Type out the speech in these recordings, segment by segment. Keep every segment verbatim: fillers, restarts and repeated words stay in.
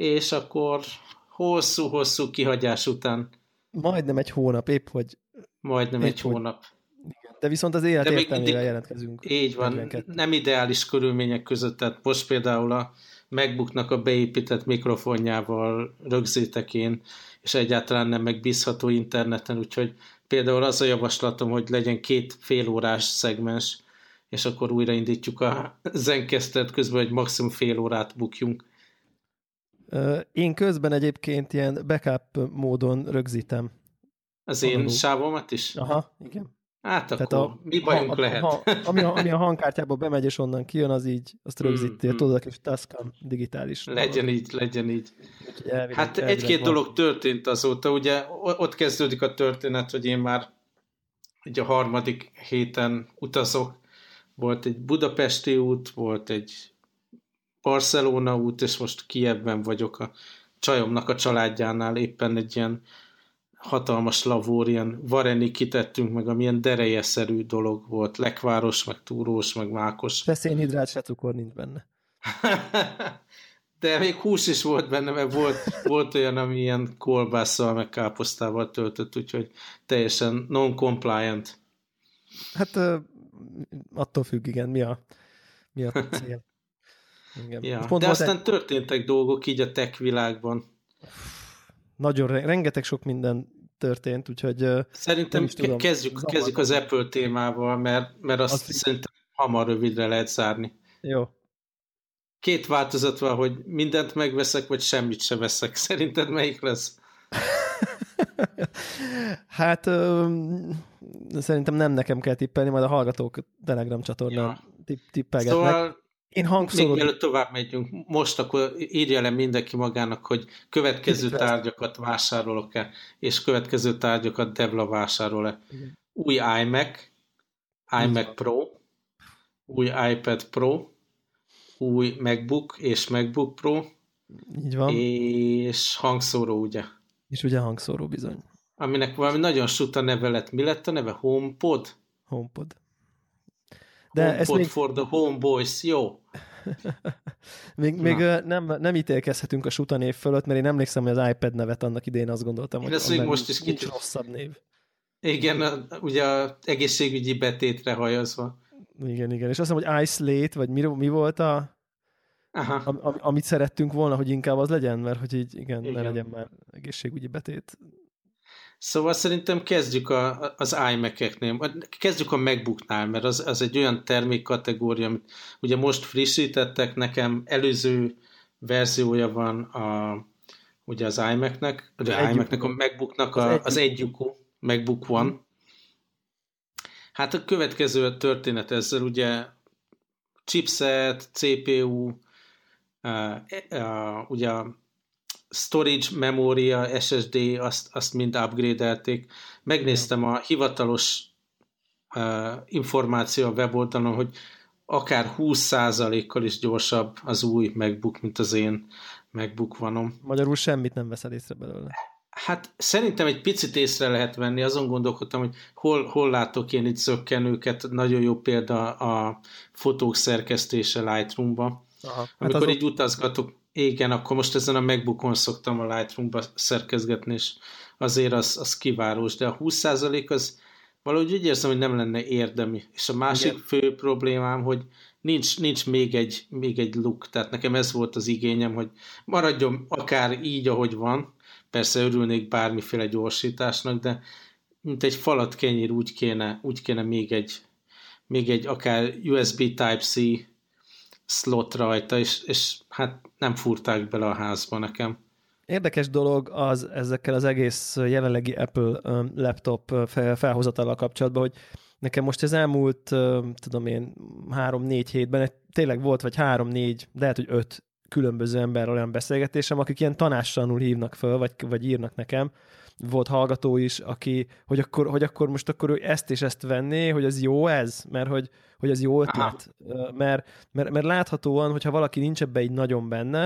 és akkor hosszú-hosszú kihagyás után. Majdnem egy hónap, épp hogy... Majdnem egy hogy, hónap. Igen. De viszont az élet De értelmével jelentkezünk. Így van, negyvenkettő. Nem ideális körülmények között, tehát most például a MacBooknak a beépített mikrofonjával rögzítek én, és egyáltalán nem megbízható interneten, úgyhogy például az a javaslatom, hogy legyen két fél órás szegmens, és akkor újraindítjuk a Zencaster közben, hogy maximum fél órát bukjunk. Én közben egyébként ilyen backup módon rögzítem. Az én sávomat is? Aha, igen. Hát Tehát akkor a, mi bajunk a, lehet? A, a, ami, a, ami a hangkártyába bemegy, és onnan kijön, az így, azt rögzíti. Mm, tudod, a kis Tascam digitális. Legyen valami. így, legyen így. Elvileg, hát egy-két dolog történt azóta, ugye ott kezdődik a történet, hogy én már ugye a harmadik héten utazok. Volt egy budapesti út, volt egy Barcelona út, és most Kijevben vagyok a csajomnak a családjánál, éppen egy ilyen hatalmas lavór, ilyen vareni kitettünk, meg amilyen derejeszerű dolog volt, lekváros, meg túrós, meg mákos. Se szénhidrát, se cukor nincs benne. De még hús is volt benne, mert volt, volt olyan, ami ilyen kolbásszal, meg káposztával töltött, úgyhogy teljesen non-compliant. Hát attól függ, igen, mi a, mi a cél. Igen. Ja, de aztán egy... történtek dolgok így a tech világban. Nagyon, rengeteg sok minden történt, úgyhogy szerintem tudom, kezdjük, kezdjük az Apple témával, mert, mert azt, azt szerintem hamar rövidre lehet zárni. Jó. Két változat van, hogy mindent megveszek, vagy semmit se veszek. Szerinted melyik lesz? hát szerintem nem nekem kell tippelni, majd a hallgatók Telegram csatornán ja. tippelgetnek. Szóval Én hangszorod... még mielőtt tovább megyünk, most akkor írja le mindenki magának, hogy következő tárgyakat vásárolok-e, és következő tárgyakat Devla vásárol-e. Igen. Új iMac, iMac Pro, új iPad Pro, új MacBook és MacBook Pro, így van. És hangszóró, ugye? És ugye hangszóró bizony. Aminek valami nagyon suta neve lett. Mi lett a neve? HomePod? HomePod. De HomePod még... for the homeboys, jó. még még nem, nem ítélkezhetünk a suta név fölött, mert én emlékszem, hogy az iPad nevet annak idején azt gondoltam, hogy még most is nincs rosszabb név. Igen, a, ugye az egészségügyi betétre hajazva. Igen, igen. És azt hiszem, hogy iSlate, vagy mi, mi volt a... Am, am, amit szerettünk volna, hogy inkább az legyen, mert hogy így igen, igen. ne legyen már egészségügyi betét. Szóval szerintem kezdjük a, az iMac-eknél, kezdjük a MacBooknál, mert az, az egy olyan termékkategória, amit ugye most frissítettek, nekem előző verziója van a, ugye az iMac-nek, az iMac-nek, a MacBooknak a, az egyukú MacBook One. Hmm. Hát a következő történet ezzel ugye chipset, cé pé u, Uh, uh, ugye a storage, memória, es es dé, azt, azt mind upgrade-elték. Megnéztem a hivatalos uh, információ a weboldalon, hogy akár húsz százalékkal is gyorsabb az új MacBook, mint az én MacBook One-om. Magyarul semmit nem veszel észre belőle. Hát szerintem egy picit észre lehet venni, azon gondolkodtam, hogy hol, hol látok én itt zökkenőket. Nagyon jó példa a fotók szerkesztése Lightroom-ba. Aha, amikor hát azok... így utazgatok, igen, akkor most ezen a MacBookon szoktam a Lightroom-ba szerkezgetni, és azért az, az kivárós, de a húsz százalék az valahogy úgy érzem, hogy nem lenne érdemi. És a másik igen. fő problémám, hogy nincs, nincs még, egy, még egy look, tehát nekem ez volt az igényem, hogy maradjon akár így, ahogy van, persze örülnék bármiféle gyorsításnak, de mint egy falat kenyér úgy kéne, úgy kéne még egy, még egy akár u es bé Type-C slot rajta, és, és hát nem fúrták bele a házba nekem. Érdekes dolog az ezekkel az egész jelenlegi Apple um, laptop felhozatallal kapcsolatban, hogy nekem most az elmúlt, um, tudom én, három-négy hétben egy, tényleg volt, vagy három-négy, de lehet, hogy öt különböző emberrel olyan beszélgetésem, akik ilyen tanástalanul hívnak föl, vagy, vagy írnak nekem. Volt hallgató is, aki, hogy akkor, hogy akkor most akkor ő ezt és ezt venné, hogy az jó ez, mert hogy, hogy az jó ötlet. Mert, mert, mert láthatóan, hogyha valaki nincs ebbe így nagyon benne,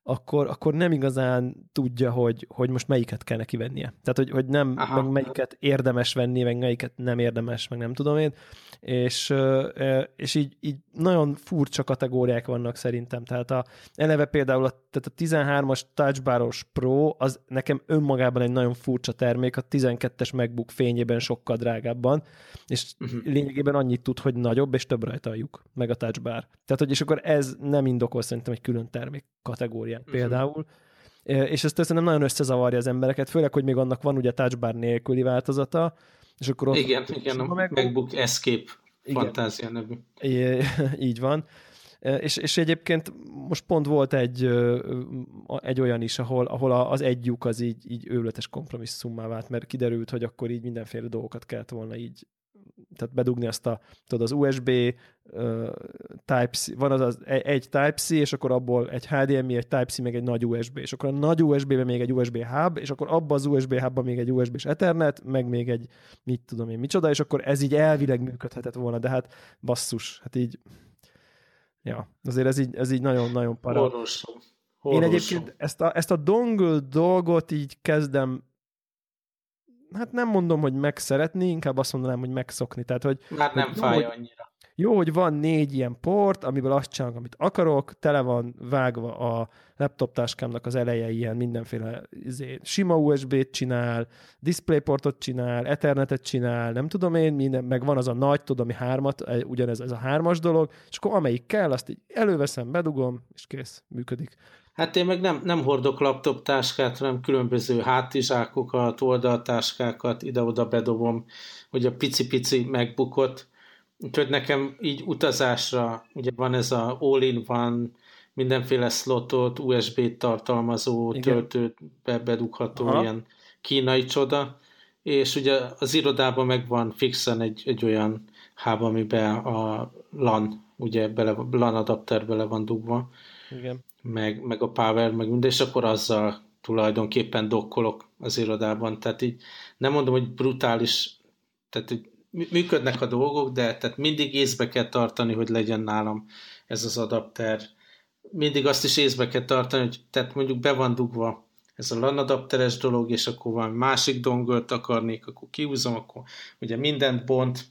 akkor, akkor nem igazán tudja, hogy, hogy most melyiket kell neki vennie. Tehát, hogy, hogy nem, meg melyiket érdemes venni, meg melyiket nem érdemes, meg nem tudom én. És, és így, így nagyon furcsa kategóriák vannak szerintem. Tehát a, eleve például a, tehát a tizenhármas touchbaros Pro, az nekem önmagában egy nagyon furcsa termék, a tizenkettes MacBook fényében sokkal drágábban, és uh-huh. lényegében annyit tud, hogy nagyobb, és több rajta a lyuk, meg a touchbar. Tehát, hogy és akkor ez nem indokol szerintem egy külön termék kategóriát uh-huh. például. És ezt szerintem nagyon összezavarja az embereket, főleg, hogy még annak van ugye touchbar nélküli változata, és akkor ott igen, igen, a MacBook, MacBook Escape Fantázia nevű. Így van. És, és egyébként most pont volt egy, egy olyan is, ahol, ahol az egy lyuk az így, így őrületes kompromisszummá vált, mert kiderült, hogy akkor így mindenféle dolgokat kellett volna így, tehát bedugni azt a, tudod, az u es bé uh, Type-C, van az, az egy Type-C, és akkor abból egy há dé em i, egy Type-C, meg egy nagy u es bé, és akkor a nagy u es bé-ben még egy u es bé hub, és akkor abba az u es bé hubban még egy u es bé-s Ethernet, meg még egy, mit tudom én, micsoda, és akkor ez így elvileg működhetett volna, de hát basszus, hát így ja, azért ez így, ez így nagyon-nagyon para. Horrorsó. Én egyébként ezt a, ezt a dongle dolgot így kezdem, hát nem mondom, hogy megszeretni, inkább azt mondanám, hogy megszokni. Tehát, hogy, már nem hogy fáj jó, annyira. Jó, hogy van négy ilyen port, amiből azt csinálok, amit akarok, tele van vágva a laptop táskámnak az eleje ilyen mindenféle izé, sima u es bé-t csinál, DisplayPortot csinál, Ethernetet csinál, nem tudom én, minden, meg van az a nagy, tudom, ami hármat, ugyanez ez a hármas dolog, és akkor amelyik kell, azt így előveszem, bedugom, és kész, működik. Hát én meg nem, nem hordok laptop táskát, hanem különböző hátizsákokat, oldaltáskákat, ide-oda bedobom, hogy a pici-pici MacBookot. Úgyhogy nekem így utazásra, ugye van ez a all-in-one, mindenféle slotot, u es bé-t tartalmazó, igen. töltőt be, bedugható, aha. ilyen kínai csoda, és ugye az irodában meg van fixen egy, egy olyan hub, amiben a LAN, ugye bele, LAN adapter bele van dugva, igen. Meg, meg a power, meg minden, és akkor azzal tulajdonképpen dokkolok az irodában. Tehát így nem mondom, hogy brutális, tehát így működnek a dolgok, de tehát mindig észbe kell tartani, hogy legyen nálam ez az adapter. Mindig azt is észbe kell tartani, hogy tehát mondjuk be van dugva ez a LAN adapteres dolog, és akkor van másik dongölt akarnék, akkor kiúzom, akkor ugye mindent bont.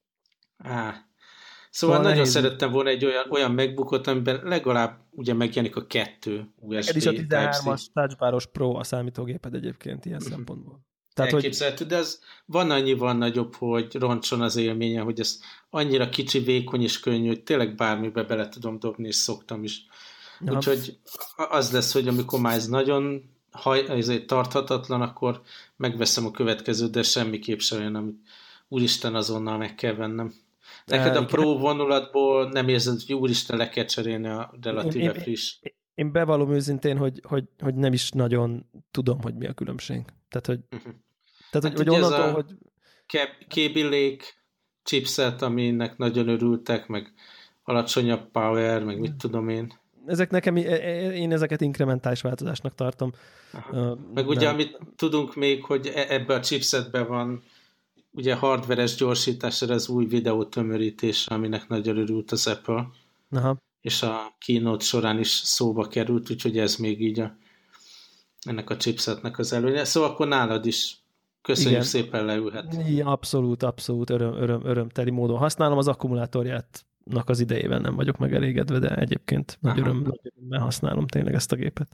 Á. Szóval nagyon nehéz. Szerettem volna egy olyan, olyan MacBookot, amiben legalább ugye megjelenik a kettő u es bé. Ez is a tizenhármas touchbaros Pro a számítógéped egyébként ilyen mm-hmm. szempontból. Tehát, elképzelhető, hogy... de ez van annyival nagyobb, hogy roncson az élménye, hogy ez annyira kicsi, vékony és könnyű, hogy tényleg bármibe bele tudom dobni, és szoktam is. Ja. Úgyhogy az lesz, hogy amikor már ez nagyon haj, ezért tarthatatlan, akkor megveszem a következőt, de semmiképp sem olyan, amit úristen azonnal meg kell vennem. Neked a Pro vonulatból nem érzed, hogy úristen le kell cserélni a relatíve én, friss. Én, én bevallom őszintén, hogy, hogy, hogy nem is nagyon tudom, hogy mi a különbség. Tehát, hogy, uh-huh. tehát, hát hogy, hogy onnantól, hogy... Kaby Lake chipset, aminek nagyon örültek, meg alacsonyabb power, meg mit tudom én. Ezek nekem, én ezeket inkrementális változásnak tartom. Uh, meg ugye, nem. Amit tudunk még, hogy ebbe a chipsetbe van ugye hardveres gyorsításra az új videó tömörítés, aminek nagyon örült az Apple. Aha. És a keynote során is szóba került, úgyhogy ez még így a, ennek a chipsetnek az előnye. Szóval akkor nálad is köszönjük, igen. Szépen leülhet. Igen, abszolút, abszolút öröm, öröm, örömteli módon használom. Az akkumulátorjátnak az idejében nem vagyok megelégedve, de egyébként nagy, öröm, nagy örömmel használom tényleg ezt a gépet.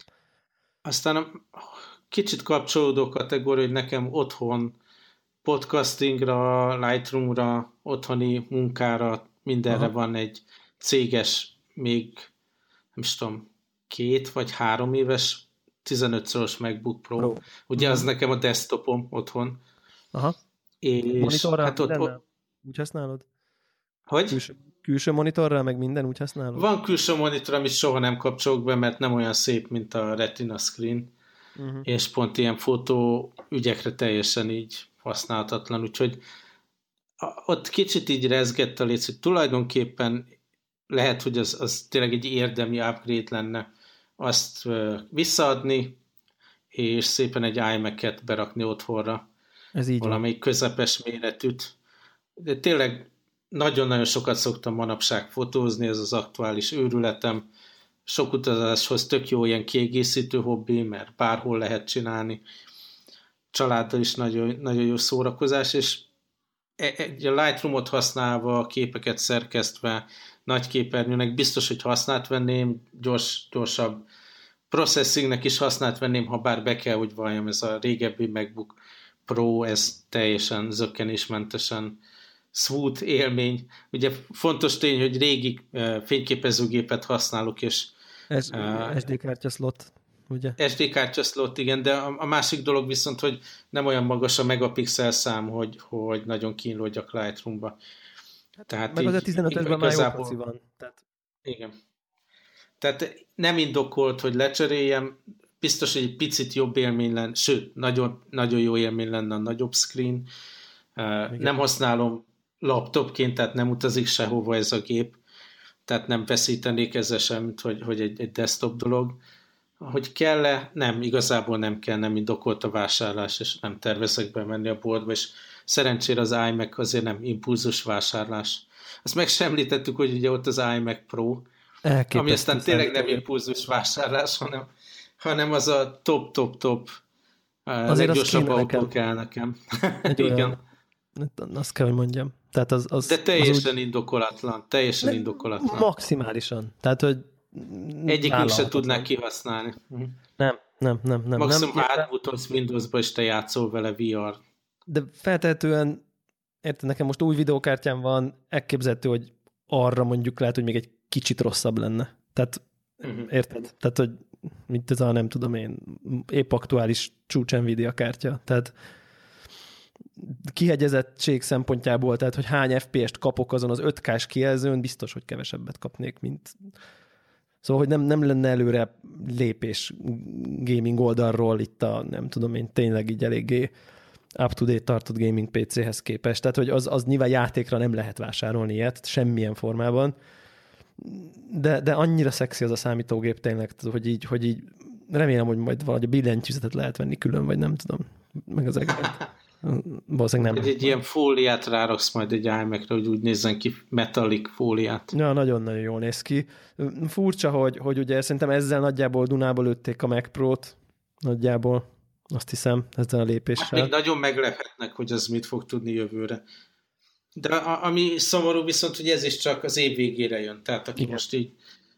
Aztán kicsit kapcsolódó kategória, hogy nekem otthon podcastingra, Lightroomra, otthoni munkára, mindenre aha. van egy céges, még nem is tudom, két vagy három éves tizenöt-szoros MacBook Pro. Pro. Ugye az nekem a desktopom otthon. Aha. És monitorral hát ott, ott... úgy használod? Hogy? Külső, külső monitorral, meg minden úgy használod? Van külső monitor, amit soha nem kapcsolok be, mert nem olyan szép, mint a Retina screen. Uh-huh. És pont ilyen fotó ügyekre teljesen így használhatatlan, úgyhogy ott kicsit így rezgett a léc, hogy tulajdonképpen lehet, hogy az, az tényleg egy érdemi upgrade lenne azt visszaadni, és szépen egy iMac-et berakni otthonra. Ez így valamelyik van. Közepes méretűt. De tényleg nagyon-nagyon sokat szoktam manapság fotózni, ez az aktuális őrületem. sok utazáshoz tök jó ilyen kiegészítő hobbi, mert bárhol lehet csinálni. Családdal is nagyon, nagyon jó szórakozás, és egy a Lightroom-ot használva, képeket szerkesztve, nagy képernyőnek biztos, hogy hasznát venném, gyors, gyorsabb processingnek is hasznát venném, ha bár be kell, hogy valljam, ez a régebbi MacBook Pro, ez teljesen zökkenésmentesen smooth élmény. Ugye fontos tény, hogy régi uh, fényképezőgépet használok, és ez uh, es dé kártya slot, ugye? es dé kártya slot, igen, de a, a másik dolog viszont, hogy nem olyan magas a megapixel szám, hogy, hogy nagyon kínlódjak Lightroom-ba. Tehát meg így, az a tizenötösben már jó foci van. Tehát... Igen. Tehát nem indokolt, hogy lecseréljem, biztos, hogy egy picit jobb élmény lenne, sőt, nagyon, nagyon jó élmény lenne a nagyobb screen. Uh, nem használom laptopként, tehát nem utazik sehova ez a gép, tehát nem veszítenék ezzel semmit, hogy, hogy egy, egy desktop dolog. Hogy kell-e? Nem, igazából nem kell, nem indokolt a vásárlás, és nem tervezek bemenni a boltba, és szerencsére az iMac azért nem impulzus vásárlás. Azt meg sem említettük, hogy ugye ott az iMac Pro, elképesztő, ami aztán tényleg nem impulzus vásárlás, hanem, hanem az a top-top-top leggyorsabb autó kell nekem. Igen. Azt kell, hogy mondjam. Tehát az, az, De teljesen az úgy... indokolatlan, teljesen indokolatlan. Maximálisan. Tehát, hogy egyikünk se tudnák kihasználni. Nem, nem, nem. nem Maximum nem, átmutatsz Windowsba, és te játszol vele vé er. De feltehetően, érted, nekem most új videókártyám van, elképzelhető, hogy arra mondjuk lehet, hogy még egy kicsit rosszabb lenne. Tehát, uh-huh. érted? Tehát, hogy mint ez a, nem tudom én, épp aktuális csúcs Nvidia kártya. Tehát kihegyezettség szempontjából, tehát, hogy hány ef pé est kapok azon az öt ká-s kijelzőn, biztos, hogy kevesebbet kapnék, mint... Szóval, hogy nem, nem lenne előre lépés gaming oldalról itt a, nem tudom én, tényleg így eléggé up-to-date tartott gaming pé céhez képest. Tehát, hogy az, az nyilván játékra nem lehet vásárolni ilyet, semmilyen formában, de, de annyira szexi az a számítógép tényleg, hogy így, hogy így remélem, hogy majd valahogy a billentyűzetet lehet venni külön, vagy nem tudom, meg az egészet. Valószínűleg nem. Egy, egy ilyen fóliát ráraksz majd egy iMac-ra, hogy úgy nézzen ki, metallic fóliát. Ja, nagyon-nagyon jól néz ki. Furcsa, hogy, hogy ugye szerintem ezzel nagyjából Dunából lőtték a Mac Pro-t, nagyjából, azt hiszem, ezzel a lépéssel. Hát még nagyon meglephetnek, hogy az mit fog tudni jövőre. De a, ami szomorú viszont, hogy ez is csak az év végére jön. Tehát aki Igen. most így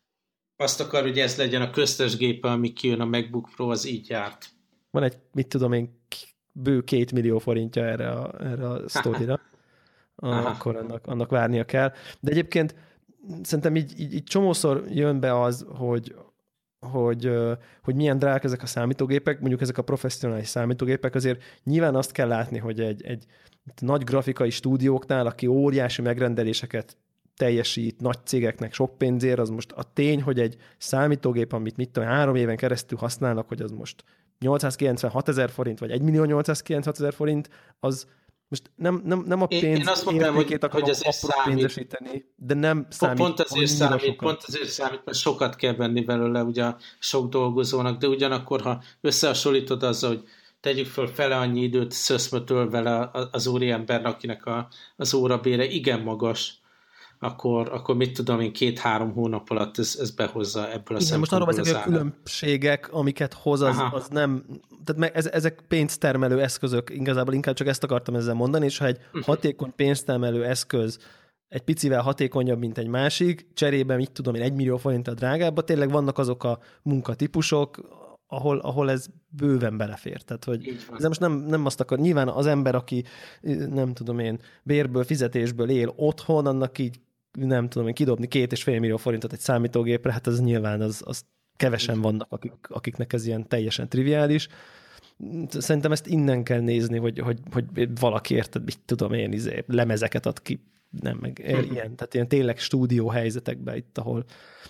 azt akar, hogy ez legyen a köztes gépe, ami kijön a MacBook Pro, az így járt. Van egy, mit tudom én, bő két millió forintja erre a, erre a sztorira, akkor annak, annak várnia kell. De egyébként szerintem így, így, így csomószor jön be az, hogy, hogy, hogy milyen drágák ezek a számítógépek, mondjuk ezek a professzionális számítógépek, azért nyilván azt kell látni, hogy egy, egy nagy grafikai stúdióknál, aki óriási megrendeléseket teljesít nagy cégeknek sok pénzért, az most a tény, hogy egy számítógép, amit mit tudom, három éven keresztül használnak, hogy az most nyolcszázkilencvenhat ezer forint, vagy egymillió nyolcszázkilencvenhat ezer forint, az most nem, nem, nem a pénz én, én azt mondtam, hogy, hogy azért számít. Pénzesíteni, de nem számít. Pont azért számít, pont azért számít, mert sokat kell venni belőle ugye a sok dolgozónak, de ugyanakkor, ha összehasonlítod azzal, hogy tegyük föl fele annyi időt szöszmötöl vele az úriembernek, akinek a, az órabére igen magas, akkor, akkor mit tudom én, két-három hónap alatt ez, ez behozza ebből a szempontból. Most arról beszélek, hogy a különbségek, amiket hoz, az, az nem, tehát ez, ezek pénztermelő eszközök, igazából inkább csak ezt akartam ezzel mondani, és ha egy uh-huh. hatékony pénztermelő eszköz egy picivel hatékonyabb, mint egy másik, cserébe, mit tudom én, egy millió forinttal drágább, tényleg vannak azok a munkatípusok, ahol, ahol ez bőven belefér. Tehát, hogy ez most nem, nem azt akar, nyilván az ember, aki nem tudom én, bérből, fizetésből él otthon, annak így nem tudom én, kidobni két és fél millió forintot egy számítógépre, hát az nyilván az, az kevesen vannak, akik, akiknek ez ilyen teljesen triviális. Szerintem ezt innen kell nézni, hogy, hogy, hogy valaki érted, mit tudom én, izé, lemezeket ad ki, nem, meg ilyen, tehát ilyen tényleg stúdió helyzetekben itt, ahol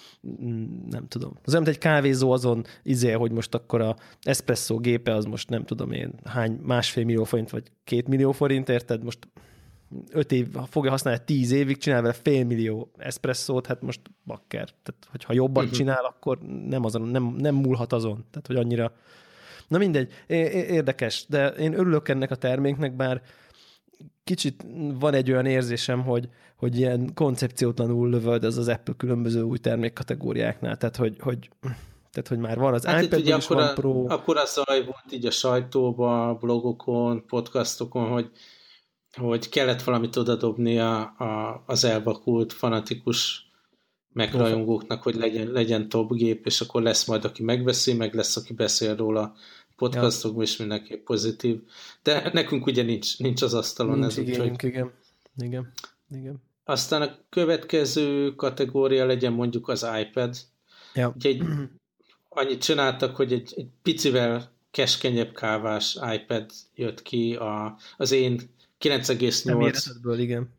nem tudom. Az olyan, mint egy kávézó azon izé, hogy most akkor a espresszó gépe az most nem tudom én hány, másfél millió forint, vagy két millió forint, érted? Most öt év, fogja használni tíz évig, csinál vele fél millió eszpresszót, hát most bakker. Tehát, hogyha jobban uh-huh. csinál, akkor nem, azon, nem, nem múlhat azon. Tehát, hogy annyira... Na mindegy, érdekes, de én örülök ennek a terméknek, bár kicsit van egy olyan érzésem, hogy, hogy ilyen koncepciótlanul lövöld ez az Apple különböző új termékkategóriáknál, tehát hogy, hogy, tehát, hogy már van az hát iPad-ből is van a, Pro. Akkor a zaj volt így a sajtóban, blogokon, podcastokon, hogy, hogy kellett valamit odadobni a, a, az elvakult, fanatikus megrajongóknak, hogy legyen, legyen top gép, és akkor lesz majd, aki megveszi, meg lesz, aki beszél róla podcastokban, ja. És mindenképp pozitív. De nekünk ugye nincs, nincs az asztalon. Nincs ez igényünk, úgy, igen. igen. Igen. Aztán a következő kategória legyen mondjuk az iPad. Ja. Ugye egy, annyit csináltak, hogy egy, egy picivel keskenyebb kávás iPad jött ki a, az én kilenc egész nyolc igen.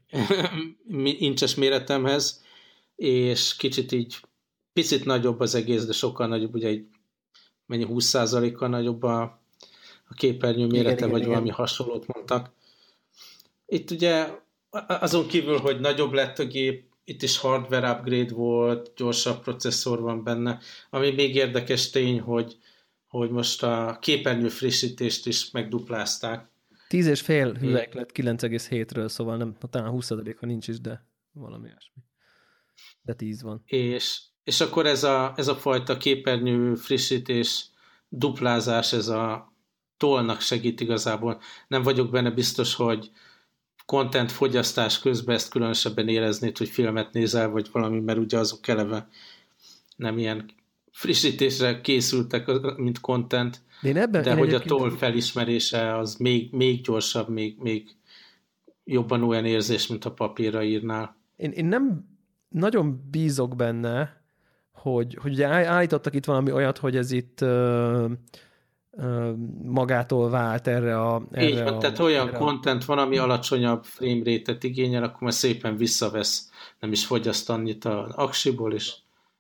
incses méretemhez, és kicsit így picit nagyobb az egész, de sokkal nagyobb, ugye egy mennyi húsz százalékkal nagyobb a, a képernyő mérete, igen, vagy igen, valami igen. hasonlót mondtak. Itt ugye azon kívül, hogy nagyobb lett a gép, itt is hardware upgrade volt, gyorsabb processzor van benne, ami még érdekes tény, hogy, hogy most a képernyő frissítést is megduplázták. tíz és fél hüvelyk lett kilenc egész hétről, szóval nem, talán húsz százalék, ha nincs is, de valami ilyesmi. De tíz van. És, és akkor ez a, ez a fajta képernyő frissítés, duplázás, ez a tollnak segít igazából. Nem vagyok benne biztos, hogy content fogyasztás közben ezt különösebben éreznéd, hogy filmet nézel, vagy valami, mert ugye azok eleve nem ilyen frissítésre készültek, mint content, én ebben, de én hogy a toll felismerése az még, még gyorsabb, még, még jobban olyan érzés, mint a papírra írnál. Én, én nem nagyon bízok benne, hogy, hogy ugye állítottak itt valami olyat, hogy ez itt uh, uh, magától vált erre a... Erre Így van, a, tehát olyan content van, ami alacsonyabb frame rate-et igényel, akkor már szépen visszavesz, nem is fogyaszt annyit az aksiból is.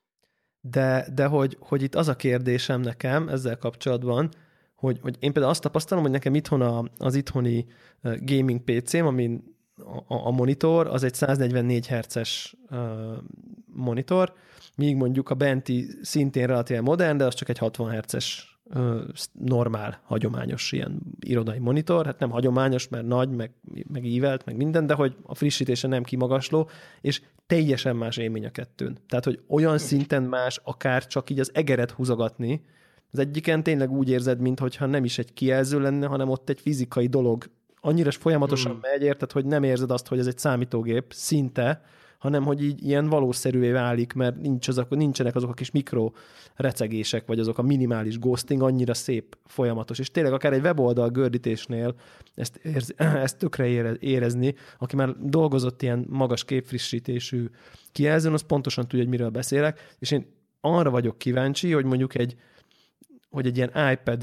De, de hogy, hogy itt az a kérdésem nekem ezzel kapcsolatban, hogy, hogy én például azt tapasztalom, hogy nekem itthon a, az itthoni gaming pé cém, amin a, a monitor, az egy száznegyvennégy hertzes uh, monitor, míg mondjuk a benti szintén relatíve modern, de az csak egy hatvan hertzes uh, normál, hagyományos ilyen irodai monitor. Hát nem hagyományos, mert nagy, meg, meg ívelt, meg minden, de hogy a frissítése nem kimagasló, és teljesen más élmény a kettőn. Tehát, hogy olyan szinten más, akár csak így az egeret húzogatni, az egyiken tényleg úgy érzed, mintha nem is egy kijelző lenne, hanem ott egy fizikai dolog annyira folyamatosan hmm. megy, érted, hogy nem érzed azt, hogy ez egy számítógép szinte, hanem hogy így ilyen valószerűvé válik, mert nincs az, nincsenek azok a kis mikro recegések, vagy azok a minimális ghosting, annyira szép, folyamatos. És tényleg akár egy weboldal gördítésnél ezt, érz, ezt tökre érezni, aki már dolgozott ilyen magas képfrissítésű kijelzőn, az pontosan tudja, hogy miről beszélek, és én arra vagyok kíváncsi, hogy mondjuk egy hogy egy ilyen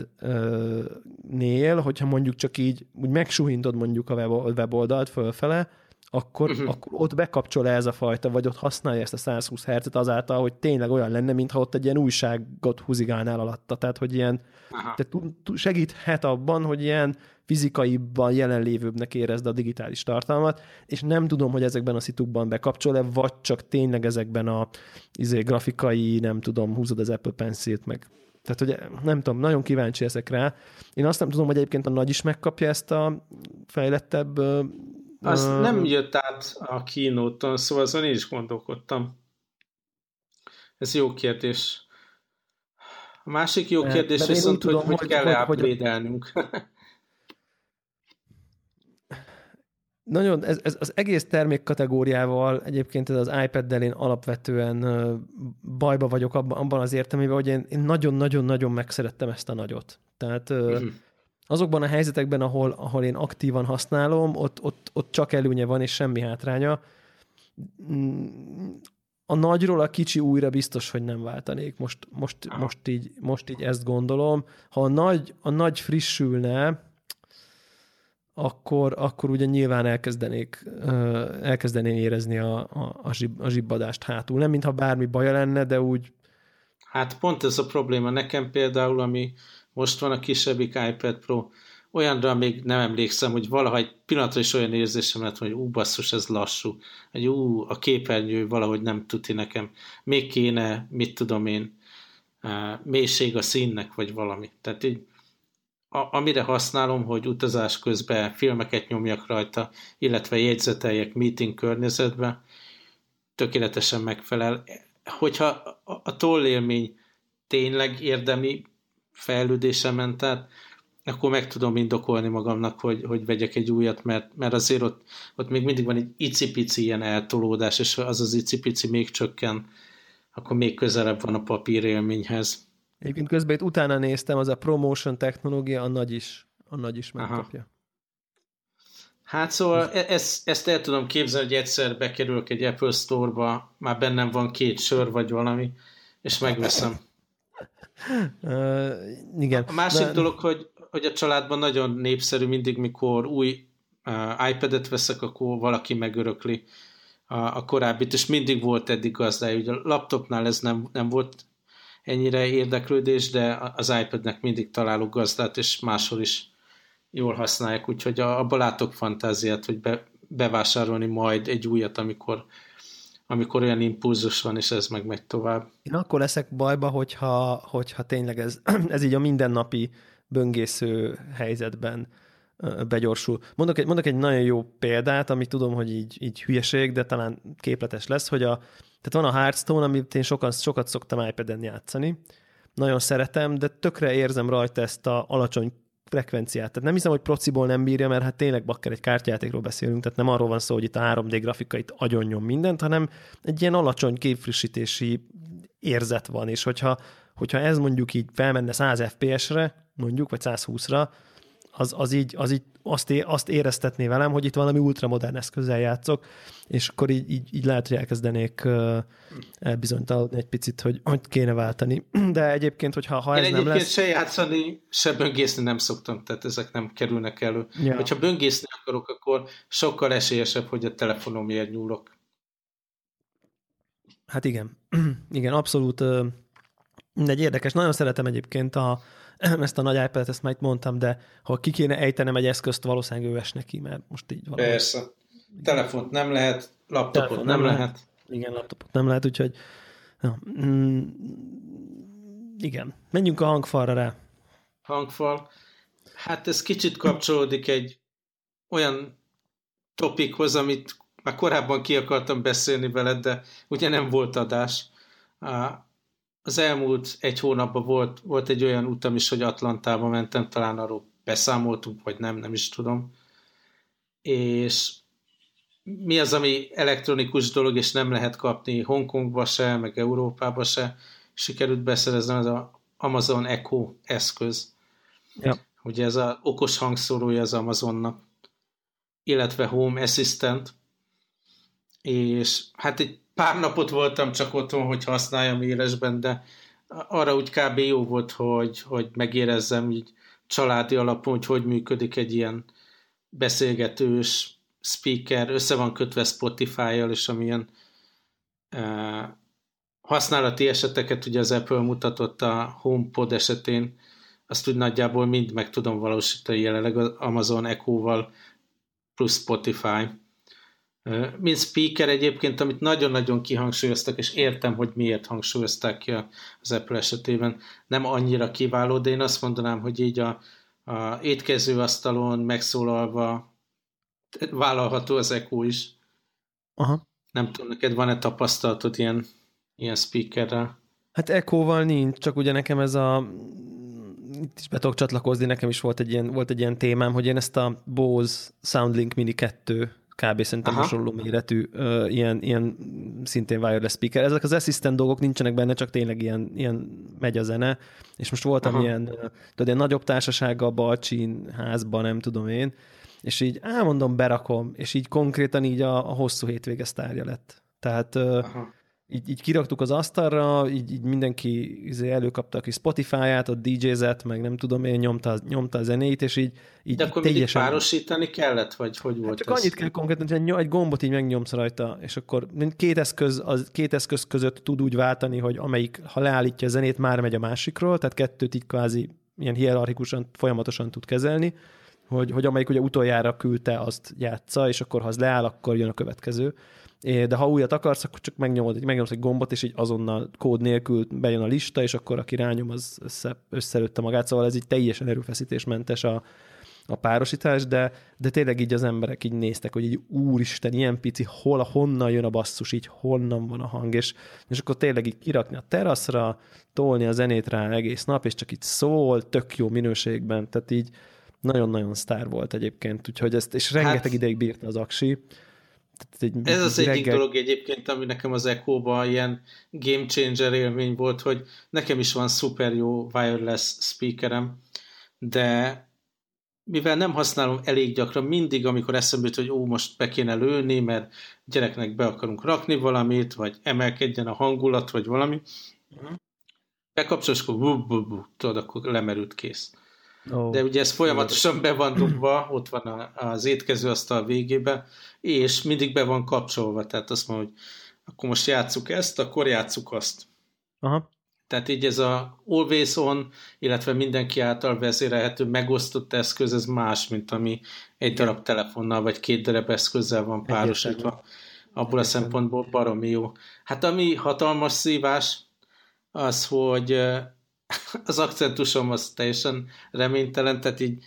iPad-nél, hogyha mondjuk csak így úgy megsuhintod mondjuk a weboldalt fölfele, akkor, uh-huh. akkor ott bekapcsol ez a fajta, vagy ott használja ezt a száz húsz hertzet azáltal, hogy tényleg olyan lenne, mintha ott egy ilyen újságot húzigálnál alatta. Tehát, hogy ilyen te segíthet abban, hogy ilyen fizikaiban jelenlévőbbnek érezd a digitális tartalmat, és nem tudom, hogy ezekben a szitukban bekapcsol-e, vagy csak tényleg ezekben a izé, grafikai, nem tudom, húzod az Apple Pencil-t, meg tehát, hogy nem tudom, nagyon kíváncsi ezek rá. Én azt nem tudom, hogy egyébként a nagy is megkapja ezt a fejlettebb... Azt uh, nem jött át a keynote-on, szóval azon én is gondolkodtam. Ez jó kérdés. A másik jó kérdés de, de viszont, tudom, hogy, hogy kell-e upgrade-elnünk. Nagyon, ez, ez az egész termékkategóriával egyébként ez az iPad-del én alapvetően bajba vagyok abban, abban az értelmében, hogy én, én nagyon-nagyon-nagyon megszerettem ezt a nagyot. Tehát uh-huh. azokban a helyzetekben, ahol, ahol én aktívan használom, ott, ott, ott csak előnye van, és semmi hátránya. A nagyról a kicsi újra biztos, hogy nem váltanék. Most, most, most, így, most így ezt gondolom. Ha a nagy, a nagy frissülne, akkor, akkor ugye nyilván elkezdenék, elkezdeném érezni a, a, a, zsib, a zsibbadást hátul. Nem mintha bármi baja lenne, de úgy... Hát pont ez a probléma. Nekem például, ami most van a kisebbik iPad Pro, olyanra még nem emlékszem, hogy valaha egy pillanatra is olyan érzésem lett, hogy ú, basszus, ez lassú. Hogy ú, a képernyő valahogy nem tuti nekem. Még kéne, mit tudom én, mélység a színnek, vagy valami. Tehát így a, amire használom, hogy utazás közben filmeket nyomjak rajta, illetve jegyzeteljek meeting környezetben, tökéletesen megfelel. Hogyha a, a tollélmény tényleg érdemi fejlődése ment át, akkor meg tudom indokolni magamnak, hogy, hogy vegyek egy újat, mert, mert azért ott, ott még mindig van egy icipici ilyen eltolódás, és ha az az icipici még csökken, akkor még közelebb van a papírélményhez. Egyébként közben itt utána néztem, az a promotion technológia, a nagy is, a nagy is megkapja. Aha. Hát szóval e- ezt, ezt el tudom képzelni, hogy egyszer bekerülök egy Apple Store-ba, már bennem van két sör vagy valami, és megveszem. uh, igen. A másik De... dolog, hogy, hogy a családban nagyon népszerű mindig, mikor új uh, iPad-et veszek, akkor valaki megörökli a, a korábbit, és mindig volt eddig gazdája. Ugye a laptopnál ez nem, nem volt ennyire érdeklődés, de az iPadnek mindig találok gazdát, és máshol is jól használják, úgyhogy abban látok fantáziát, hogy be, bevásárolni majd egy újat, amikor, amikor olyan impulzus van, és ez meg megy tovább. Én akkor leszek bajba, hogyha, hogyha tényleg ez, ez így a mindennapi böngésző helyzetben begyorsul. Mondok egy, mondok egy nagyon jó példát, amit tudom, hogy így, így hülyeség, de talán képletes lesz, hogy a, tehát van a Hearthstone, amit én sokat, sokat szoktam iPad-en játszani. Nagyon szeretem, de tökre érzem rajta ezt a alacsony frekvenciát. Tehát nem hiszem, hogy prociból nem bírja, mert hát tényleg bakker egy kártyajátékról beszélünk, tehát nem arról van szó, hogy itt a három dé grafikait agyonnyom mindent, hanem egy ilyen alacsony képfrissítési érzet van, és hogyha, hogyha ez mondjuk így felmenne száz ef pé es-re, mondjuk, vagy száz húszra, az, az így, az így azt, é, azt éreztetné velem, hogy itt valami ultramodern eszközzel játszok, és akkor így, így, így lehet, hogy elkezdenék uh, elbizonytalanodni egy picit, hogy, hogy kéne váltani. De egyébként, hogyha ha Én ez nem lesz... egyébként se játszani, se böngészni nem szoktam, tehát ezek nem kerülnek elő. Ja. Hogyha böngészni akarok, akkor sokkal esélyesebb, hogy a telefonomért nyúlok. Hát igen. Igen, abszolút. Egy érdekes. Nagyon szeretem egyébként a ezt a nagy iPad-et, ezt már itt mondtam, de ha ki kéne ejtenem egy eszközt, valószínűleg ő esne ki, mert most így valami... Persze. Telefont nem lehet, laptopot Telefon nem, nem lehet. lehet. Igen, laptopot nem lehet, úgyhogy ja. mm, igen. Menjünk a hangfalra rá. Hangfal. Hát ez kicsit kapcsolódik egy olyan topikhoz, amit már korábban ki akartam beszélni veled, de ugye nem volt adás. Az elmúlt egy hónapban volt, volt egy olyan utam is, hogy Atlantába mentem, talán arról beszámoltunk, vagy nem, nem is tudom. És mi az, ami elektronikus dolog, és nem lehet kapni Hongkongba se, meg Európába se, sikerült beszerezni, az az Amazon Echo eszköz. Ja. Ugye ez az okos hangszórója az Amazonnak, illetve Home Assistant. És hát egy pár napot voltam csak otthon, hogy használjam élesben, de arra úgy kb. Jó volt, hogy, hogy megérezzem így családi alapon, hogy hogy működik egy ilyen beszélgetős speaker, össze van kötve Spotify-jal, és amilyen uh, használati eseteket ugye az Apple mutatott a HomePod esetén, azt úgy nagyjából mind meg tudom valósítani jelenleg az Amazon Echo-val plusz Spotify. Mint speaker egyébként, amit nagyon-nagyon kihangsúlyoztak, és értem, hogy miért hangsúlyozták ki az Apple esetében, nem annyira kiváló, de én azt mondanám, hogy így a, a étkezőasztalon megszólalva vállalható az Echo is. Aha. Nem tudom, neked van-e tapasztalatod ilyen, ilyen speakerrel? Hát Echo-val nincs, csak ugye nekem ez a itt is be tudok csatlakozni, nekem is volt egy ilyen, volt egy ilyen témám, hogy én ezt a Bose SoundLink Mini kettő kb. Szerintem Aha. hasonló méretű uh, ilyen, ilyen szintén wireless speaker. Ezek az assistant dolgok nincsenek benne, csak tényleg ilyen, ilyen megy a zene. És most voltam Aha. ilyen, tudod, ilyen nagyobb társasággal, Balcsin házban, nem tudom én, és így elmondom, berakom, és így konkrétan így a, a hosszú hétvége sztárja lett. Tehát uh, így, így kiraktuk az asztalra, így, így mindenki előkapta a kis Spotify-át, ott dé jézett, meg nem tudom én, nyomta, nyomta a zenét, és így, így de akkor mindig párosítani kellett, vagy hogy volt hát csak ez? Annyit kell konkrétan, hogy egy gombot így megnyomsz rajta, és akkor két eszköz, az, két eszköz között tud úgy váltani, hogy amelyik, ha leállítja a zenét, már megy a másikról, tehát kettőt így kvázi ilyen hierarchikusan, folyamatosan tud kezelni, hogy, hogy amelyik ugye utoljára küldte, azt játsza, és akkor ha az leáll, akkor jön a következő. de ha újat akarsz, akkor csak megnyomod, megnyomod egy gombot, és így azonnal kód nélkül bejön a lista, és akkor aki rányom, az össze, összelőtte magát, szóval ez így teljesen erőfeszítésmentes a, a párosítás, de, de tényleg így az emberek így néztek, hogy így úristen, ilyen pici, hol, honnan jön a basszus, így honnan van a hang, és, és akkor tényleg így kirakni a teraszra, tolni a zenét rá egész nap, és csak így szól, tök jó minőségben, tehát így nagyon-nagyon sztár volt egyébként, úgyhogy ezt, és rengeteg hát, ideig bírta az aksi. Egy, ez az reggel... egyik dolog egyébként, ami nekem az Echo-ban ilyen game changer élmény volt, hogy nekem is van szuper jó wireless speakerem, de mivel nem használom elég gyakran, mindig, amikor eszembe jut, hogy ó, most be kéne lőni, mert gyereknek be akarunk rakni valamit, vagy emelkedjen a hangulat, vagy valami, uh-huh. bekapcsolsz, akkor bú, bú, bú, tudod, akkor lemerült, kész. Oh. De ugye ez folyamatosan be van dugva, ott van az étkezőasztal végébe, és mindig be van kapcsolva, tehát azt mondom, hogy akkor most játsszuk ezt, akkor játsszuk azt. Aha. Tehát így ez a always on, illetve mindenki által vezérelhető, megosztott eszköz, ez más, mint ami egy darab telefonnal, vagy két darab eszközzel van párosítva. Abból a szempontból baromi jó. Hát ami hatalmas szívás, az, hogy az akcentusom az teljesen reménytelen, tehát így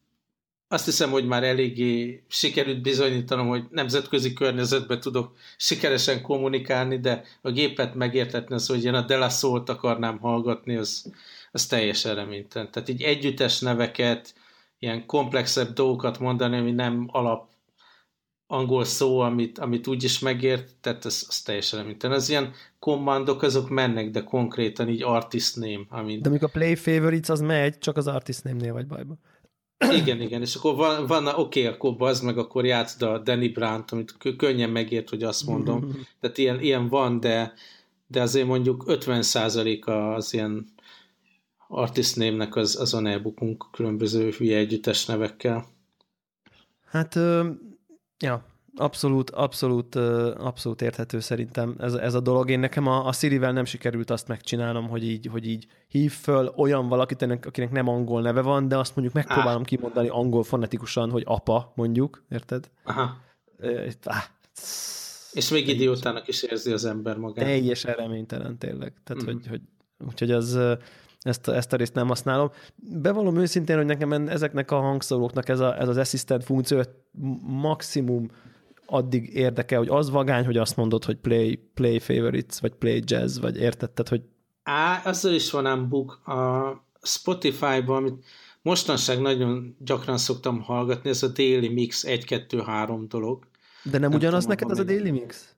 azt hiszem, hogy már eléggé sikerült bizonyítanom, hogy nemzetközi környezetben tudok sikeresen kommunikálni, de a gépet megértetni az, hogy én a De La Soul-t akarnám hallgatni, az, az teljesen reménytelen. Tehát így együttes neveket, ilyen komplexebb dolgokat mondani, ami nem alap angol szó, amit, amit úgyis megért, tehát ez, az teljesen reménytelen. Az ilyen kommandok, azok mennek, de konkrétan így artist name. Amint... De amikor a Play Favorites az megy, csak az artist name-nél vagy bajban. Igen, igen, és akkor van, van oké, okay, akkor bazd meg, akkor játszd a Danny Brown-t, amit könnyen megért, hogy azt mondom. Tehát ilyen, ilyen van, de, de azért mondjuk ötven százaléka az ilyen artist name-nek az, azon elbukunk különböző hülye együttes nevekkel. Hát, ja, abszolút, abszolút, abszolút érthető szerintem ez, ez a dolog. Én nekem a, a Sirivel nem sikerült azt megcsinálnom, hogy így, hogy így hív föl olyan valakit, akinek nem angol neve van, de azt mondjuk megpróbálom ah. kimondani angol fonetikusan, hogy apa, mondjuk, érted? Aha. Ah. És még idiótának is érzi az ember magát. Teljesen reménytelen tényleg. Tehát, mm. hogy, hogy, úgyhogy az... Ezt a, ezt a részt nem használom. Bevallom őszintén, hogy nekem ezeknek a hangszóróknak ez, a, ez az assistant funkció maximum addig érdekel, hogy az vagány, hogy azt mondod, hogy play, play favorites, vagy play jazz, vagy értetted, hogy... Á, azzal is van ám bug. A Spotify-ban, amit mostanság nagyon gyakran szoktam hallgatni, ez a Daily Mix egy kettő három dolog. De nem, nem ugyanaz tudom, neked az a Daily Mix?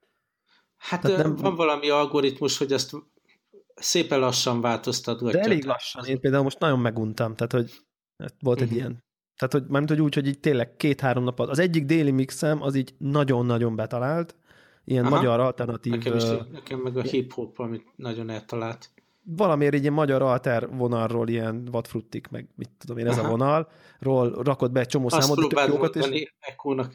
Hát nem... van valami algoritmus, hogy ezt szépen lassan változtatgatja. De elég lassan. Én például most nagyon meguntam, tehát hogy volt egy uh-huh. ilyen. Tehát, hogy mármint, hogy úgy, hogy így tényleg két-három nap az egyik Daily Mixem, az így nagyon-nagyon betalált. Ilyen Aha. magyar alternatív... Nekem, is, nekem meg a hip-hop, amit nagyon eltalált. Valamiért egy ilyen magyar alter vonalról ilyen vadfruttik, meg mit tudom én, ez Aha. a vonalról rakott be egy csomó Azt számot. Azt próbáld mondani és... Echo-nak.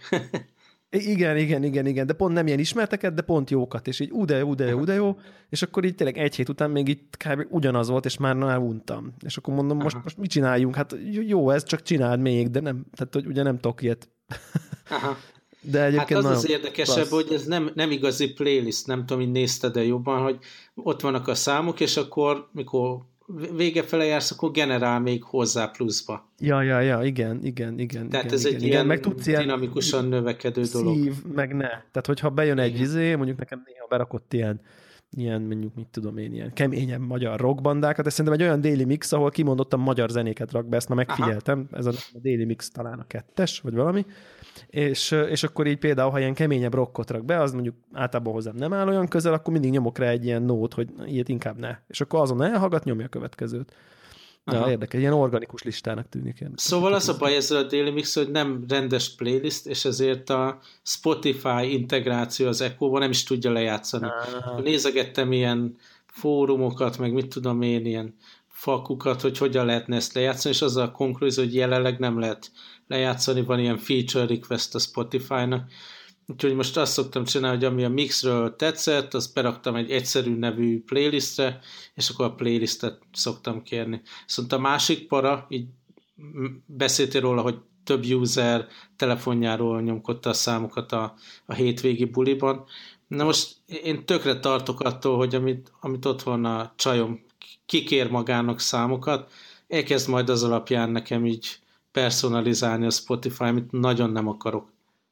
Igen, igen, igen, igen, de pont nem ilyen ismerteket, de pont jókat, és így ú de jó, ú de jó, ú de jó, és akkor így tényleg egy hét után még itt kb. Ugyanaz volt, és már már untam. És akkor mondom, most, most mit csináljunk? Hát jó, ez csak csináld még, de nem, tehát hogy ugye nem tudok ilyet. Aha. De egyébként hát az az érdekesebb, klassz. Hogy ez nem, nem igazi playlist, nem tudom, hogy nézted-e jobban, hogy ott vannak a számok, és akkor mikor vége fele jársz, akkor generál még hozzá pluszba. Ja, ja, ja, igen, igen, igen. Tehát igen, ez igen, egy igen, ilyen meg tudsz dinamikusan ilyen növekedő dolog. Szív, meg ne. Tehát, hogyha bejön egy izé, mondjuk nekem néha berakott ilyen, ilyen, mondjuk, mit tudom én, ilyen keményebb magyar rockbandákat, ez szerintem egy olyan Daily Mix, ahol kimondottan magyar zenéket rak be, ezt már megfigyeltem, Aha. ez a, a Daily Mix talán a kettes, vagy valami, és, és akkor így például, ha ilyen keményebb rockot rak be, az mondjuk általában hozzám nem áll olyan közel, akkor mindig nyomok rá egy ilyen nót, hogy ilyet inkább ne. És akkor azon elhallgat, nyomja a következőt. De érdekes, ilyen organikus listának tűnik. Ilyen. Szóval az a baj ezzel a Daily Mix, hogy nem rendes playlist, és ezért a Spotify integráció az Echo-ban nem is tudja lejátszani. Ah. Nézegettem ilyen fórumokat, meg mit tudom én, ilyen fakukat, hogy hogyan lehetne ezt lejátszani, és az a konklúzió, hogy jelenleg nem lehet lejátszani, van ilyen feature request a Spotify-nak. Úgyhogy most azt szoktam csinálni, hogy ami a mixről tetszett, azt beraktam egy egyszerű nevű playlistre, és akkor a playlistet szoktam kérni. Szóval a másik para, így beszéltél róla, hogy több user telefonjáról nyomkodta a számokat a, a hétvégi buliban. Na most én tökre tartok attól, hogy amit, amit ott van a csajom, kikér magának számokat, elkezd majd az alapján nekem így personalizálni a Spotify, amit nagyon nem akarok.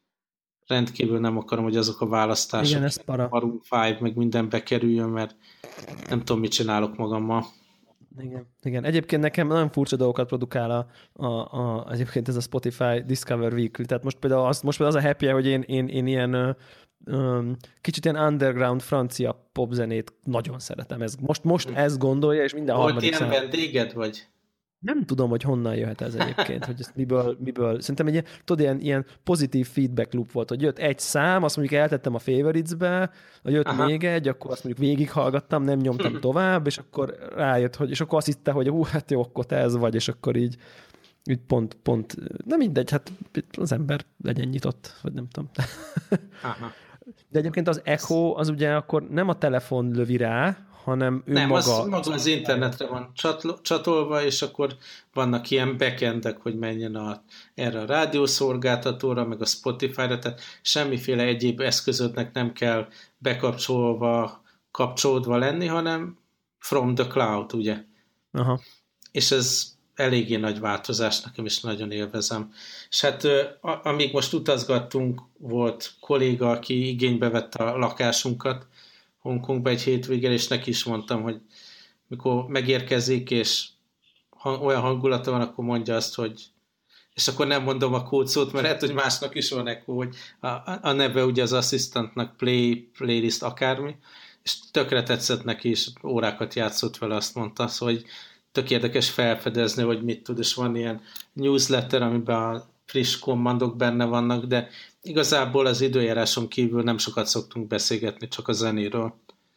Rendkívül nem akarom, hogy azok a választások, igen, ez para. Maroon öt, meg minden bekerüljön, mert nem tudom, mit csinálok magammal. Igen, igen. Egyébként nekem nagyon furcsa dolgokat produkál a, a, a, egyébként ez a Spotify Discover Weekly. Tehát most például az, most például az a happy, hogy én, én, én ilyen um, kicsit ilyen underground francia popzenét nagyon szeretem. Ez, most, most ezt gondolja, és minden Volt harmadik ilyen szám. vendéged, vagy? Nem tudom, hogy honnan jöhet ez egyébként, hogy ezt miből, miből. Szerintem egy ilyen, tudod, ilyen, ilyen pozitív feedback loop volt, hogy jött egy szám, azt mondjuk eltettem a favorites-be, hogy jött Aha. még egy, akkor azt mondjuk végighallgattam, nem nyomtam tovább, és akkor rájött, hogy, és akkor azt hitte, hogy hú, hát jó, akkor te ez vagy, és akkor így, így pont, pont, nem mindegy, hát az ember legyen nyitott, vagy nem tudom. Aha. De egyébként az Echo, az ugye akkor nem a telefon lövi rá, hanem ő nem, maga... Nem, az, az internetre van csatlo, csatolva, és akkor vannak ilyen backendek, hogy menjen a, erre a rádiószolgáltatóra, meg a Spotify-ra, tehát semmiféle egyéb eszközödnek nem kell bekapcsolva, kapcsolódva lenni, hanem from the cloud, ugye? Aha. És ez eléggé nagy változás, nekem is nagyon élvezem. És hát amíg most utazgattunk, volt kolléga, aki igénybe vette a lakásunkat Hongkongba egy hétvégén, és neki is mondtam, hogy mikor megérkezik, és olyan hangulata van, akkor mondja azt, hogy és akkor nem mondom a kódszót, mert lehet, hogy másnak is van ekkor, hogy a, a neve ugye az asszisztantnak play, playlist akármi, és tökre tetszett neki, és órákat játszott vele, azt mondta, szóval, hogy tök érdekes felfedezni, hogy mit tud, és van ilyen newsletter, amiben a friss kommandok benne vannak, de igazából az időjáráson kívül nem sokat szoktunk beszélgetni, csak a zenéről.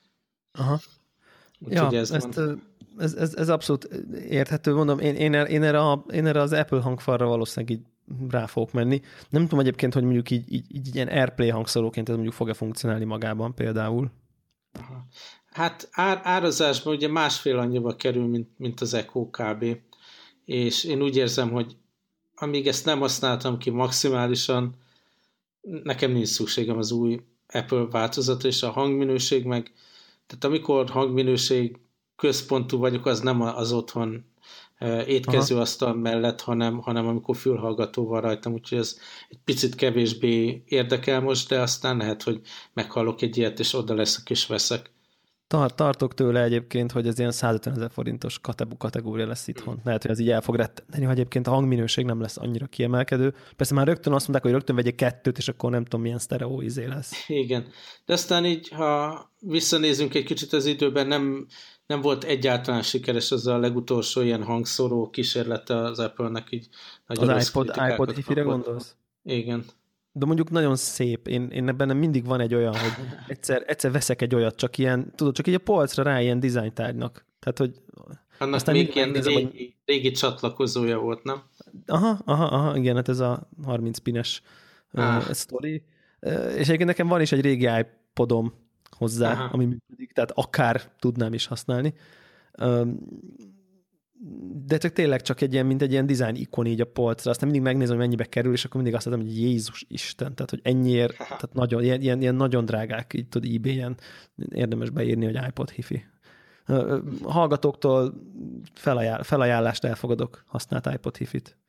Aha. Ja, ez, ezt, ez, ez, ez abszolút érthető, mondom, én, én, én, erre a, én erre az Apple hangfalra valószínűleg így rá fogok menni. Nem tudom egyébként, hogy mondjuk így, így, így ilyen AirPlay hangszóróként ez mondjuk fog-e funkcionálni magában például. Aha. Hát ár, árazásban ugye másfél annyiba kerül, mint, mint az Echo kb. És én úgy érzem, hogy amíg ezt nem használtam ki maximálisan, nekem nincs szükségem az új Apple változatra, és a hangminőség meg, tehát amikor hangminőség központú vagyok, az nem az otthon étkezőasztal mellett, hanem, hanem amikor fülhallgató van rajtam, úgyhogy ez egy picit kevésbé érdekel most, de aztán lehet, hogy meghallok egy ilyet, és oda leszek és veszek. Tart, tartok tőle egyébként, hogy ez ilyen százötven ezer forintos kategória lesz itthon. Lehet, hogy az így el fog rettenni, hogy egyébként a hangminőség nem lesz annyira kiemelkedő. Persze már rögtön azt mondták, hogy rögtön vegyek kettőt, és akkor nem tudom, milyen sztereó izé lesz. Igen. De aztán így, ha visszanézünk egy kicsit az időben, nem, nem volt egyáltalán sikeres az a legutolsó ilyen hangszóró kísérlete az Apple-nek, így nagyon az iPod, iPod hi-re gondolsz? Igen. De mondjuk nagyon szép. Én, én ebben mindig van egy olyan, hogy egyszer, egyszer veszek egy olyat, csak ilyen, tudod, csak így a polcra rá ilyen dizájntárgynak. Tehát, hogy... Annak még ilyen régi, hogy... régi csatlakozója volt, nem? Aha, aha, aha, igen, hát ez a harminc pines ah. uh, sztori. Uh, és egyébként nekem van is egy régi iPodom hozzá, aha. ami működik, tehát akár tudnám is használni. Um, de csak tényleg csak egy ilyen, mint egy ilyen design ikon így a polcra, aztán mindig megnézem, hogy mennyibe kerül, és akkor mindig azt mondom, hogy Jézus Isten, tehát hogy ennyiért, tehát nagyon, ilyen, ilyen, ilyen nagyon drágák, így tudod, eBay-en érdemes beírni, hogy iPod hi-fi. Hallgatóktól felajánl, felajánlást elfogadok, használt iPod hi-fit.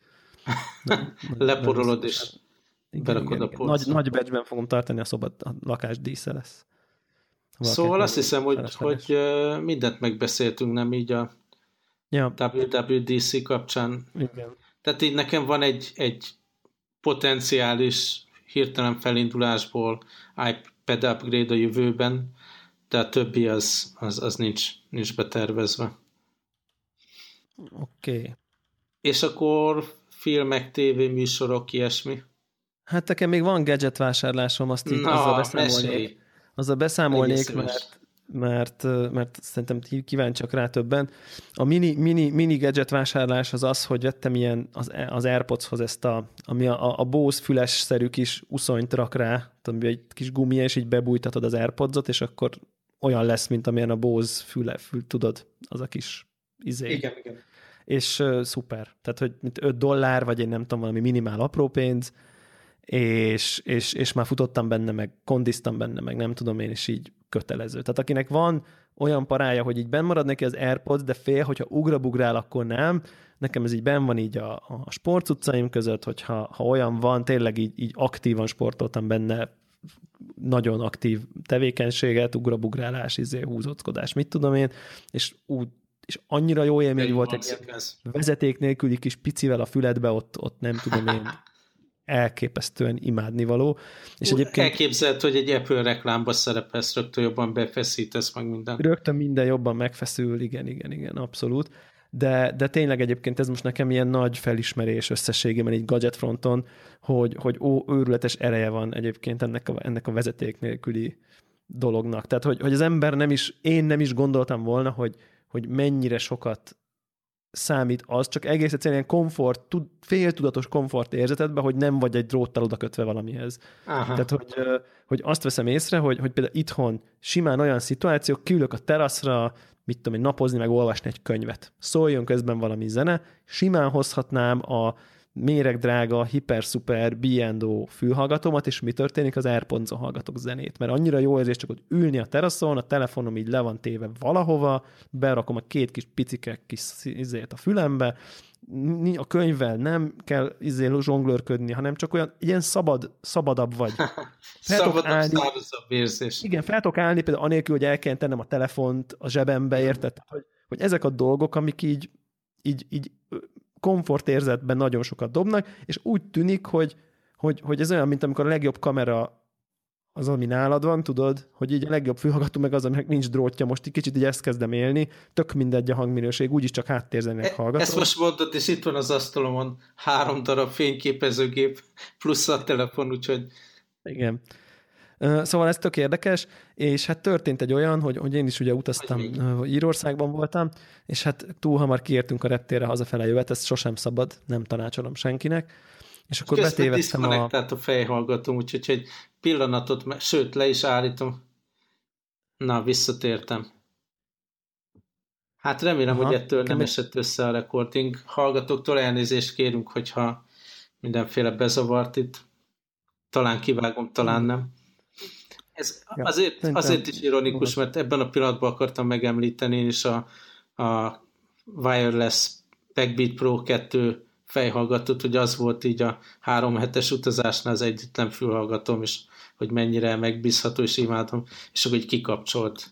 Leporolod és berakod a polcra. Nagy, nagy becsben fogom tartani a szobat, a lakás dísze lesz. Valaki szóval azt hiszem, hogy, hogy mindent megbeszéltünk, nem így a ja. dupla vé dupla vé dé cé kapcsán. Igen. Tehát így nekem van egy, egy potenciális hirtelen felindulásból iPad upgrade a jövőben, de a többi az, az, az nincs, nincs betervezve. Oké. Okay. És akkor filmek, tévéműsorok, ilyesmi? Hát nekem még van gadget vásárlásom, azt így Na, azzal beszámolnék. Azzal beszámolnék, mert, mert, mert szerintem kíváncsiak rá többen. A mini, mini, mini gadget vásárlás az az, hogy vettem ilyen az, az AirPodshoz ezt a, ami a, a Bose füles-szerű kis uszonyt rak rá, ami egy kis gumi, és így bebújtatod az AirPodsot, és akkor olyan lesz, mint amilyen a Bose füle, fül, tudod, az a kis izé. Igen, igen. és uh, szuper. Tehát, hogy mint öt dollár, vagy én nem tudom, valami minimál apró pénz, és, és, és már futottam benne, meg kondiztam benne, meg nem tudom én, és így kötelező. Tehát akinek van olyan parája, hogy így benn marad neki az AirPods, de fél, hogyha ugrabugrál, akkor nem. Nekem ez így benn van így a, a sportcuccaim között, hogyha ha olyan van, tényleg így, így aktívan sportoltam benne, nagyon aktív tevékenységet, ugrabugrálás, izé, húzóckodás, mit tudom én, és úgy, és annyira jó élmény volt egy vezeték nélküli kis picivel a füledbe, ott, ott nem tudom én, elképesztően imádnivaló. És egyébként elképzelhet, hogy egy Apple reklámba szerepelsz, rögtön jobban befeszítesz meg minden. Rögtön minden jobban megfeszül, igen, igen, igen, abszolút. De, de tényleg egyébként ez most nekem ilyen nagy felismerés összességében így gadget fronton, hogy, hogy ó, őrületes ereje van egyébként ennek a, ennek a vezeték nélküli dolognak. Tehát, hogy, hogy az ember nem is, én nem is gondoltam volna, hogy, hogy mennyire sokat számít az, csak egész egyszerűen komfort, tud, féltudatos komfort érzetetben, hogy nem vagy egy dróttal odakötve valamihez. Aha. Tehát, hogy, hogy azt veszem észre, hogy, hogy például itthon simán olyan szituációk, kiülök a teraszra, mit tudom én, napozni, meg olvasni egy könyvet. Szóljon közben valami zene, simán hozhatnám a méregdrága, hiper-szuper bé és o fülhallgatómat, és mi történik? Az AirPods-on hallgatok zenét. Mert annyira jó érzés csak ott ülni a teraszon, a telefonom így le van téve valahova, berakom a két kis picike kis izét a fülembe, a könyvvel nem kell izé zsonglőrködni, hanem csak olyan ilyen szabad, szabadabb vagy. Szabadabb, szárazabb érzés. Igen, fel tudok állni, például anélkül, hogy el kell tennem a telefont a zsebembe, érted? Hogy, hogy ezek a dolgok, amik így, így, így komfortérzetben nagyon sokat dobnak, és úgy tűnik, hogy, hogy, hogy ez olyan, mint amikor a legjobb kamera az, ami nálad van, tudod, hogy így a legjobb fülhallgató meg az, aminek nincs drótja, most egy kicsit így ezt kezdem élni, tök mindegy a hangminőség, úgyis csak háttérzenének hallgatom. Ezt most mondod, és itt van az asztalomon három darab fényképezőgép plusz a telefon, úgyhogy... Igen. Szóval ez tök érdekes, és hát történt egy olyan, hogy, hogy én is ugye utaztam, Írországban voltam, és hát túl hamar kiértünk a reptérre hazafele jövet, ezt sosem szabad, nem tanácsolom senkinek. És akkor közben betévettem a... a fejhallgatom, úgyhogy egy pillanatot, sőt, le is állítom. Na, visszatértem. Hát remélem, Aha, hogy ettől nem esett össze a recording. Hallgatóktól elnézést kérünk, hogyha mindenféle bezavart itt. Talán kivágom, talán nem. Ez ja, azért, azért is ironikus, mert ebben a pillanatban akartam megemlíteni én is a, a Wireless Backbeat Pro kettő fejhallgatót, hogy az volt így a három hetes utazásnál az egyetlen fülhallgatóm, és hogy mennyire megbízható, és imádom, és akkor így kikapcsolt.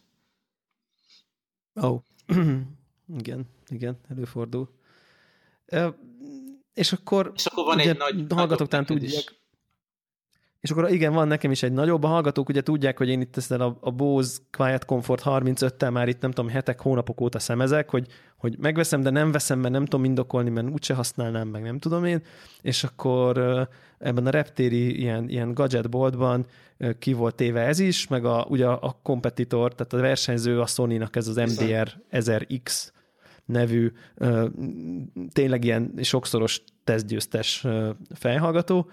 Ó, oh. igen, igen, előfordul. E, és akkor, és akkor van ugye, egy nagy hallgatók talán tudják, és akkor igen, van nekem is egy nagyobb, a hallgatók ugye tudják, hogy én itt ezzel a, a Bose Quiet Comfort harmincöttel már itt nem tudom, hetek, hónapok óta szemezek, hogy, hogy megveszem, de nem veszem, mert nem tudom indokolni, mert úgyse használnám, meg nem tudom én, és akkor ebben a reptéri ilyen, ilyen gadgetboltban ki volt téve ez is, meg a, ugye a kompetitor, tehát a versenyző a Sony-nak ez az em dé er ezer iksz nevű, tényleg ilyen sokszoros tesztgyőztes fejhallgató,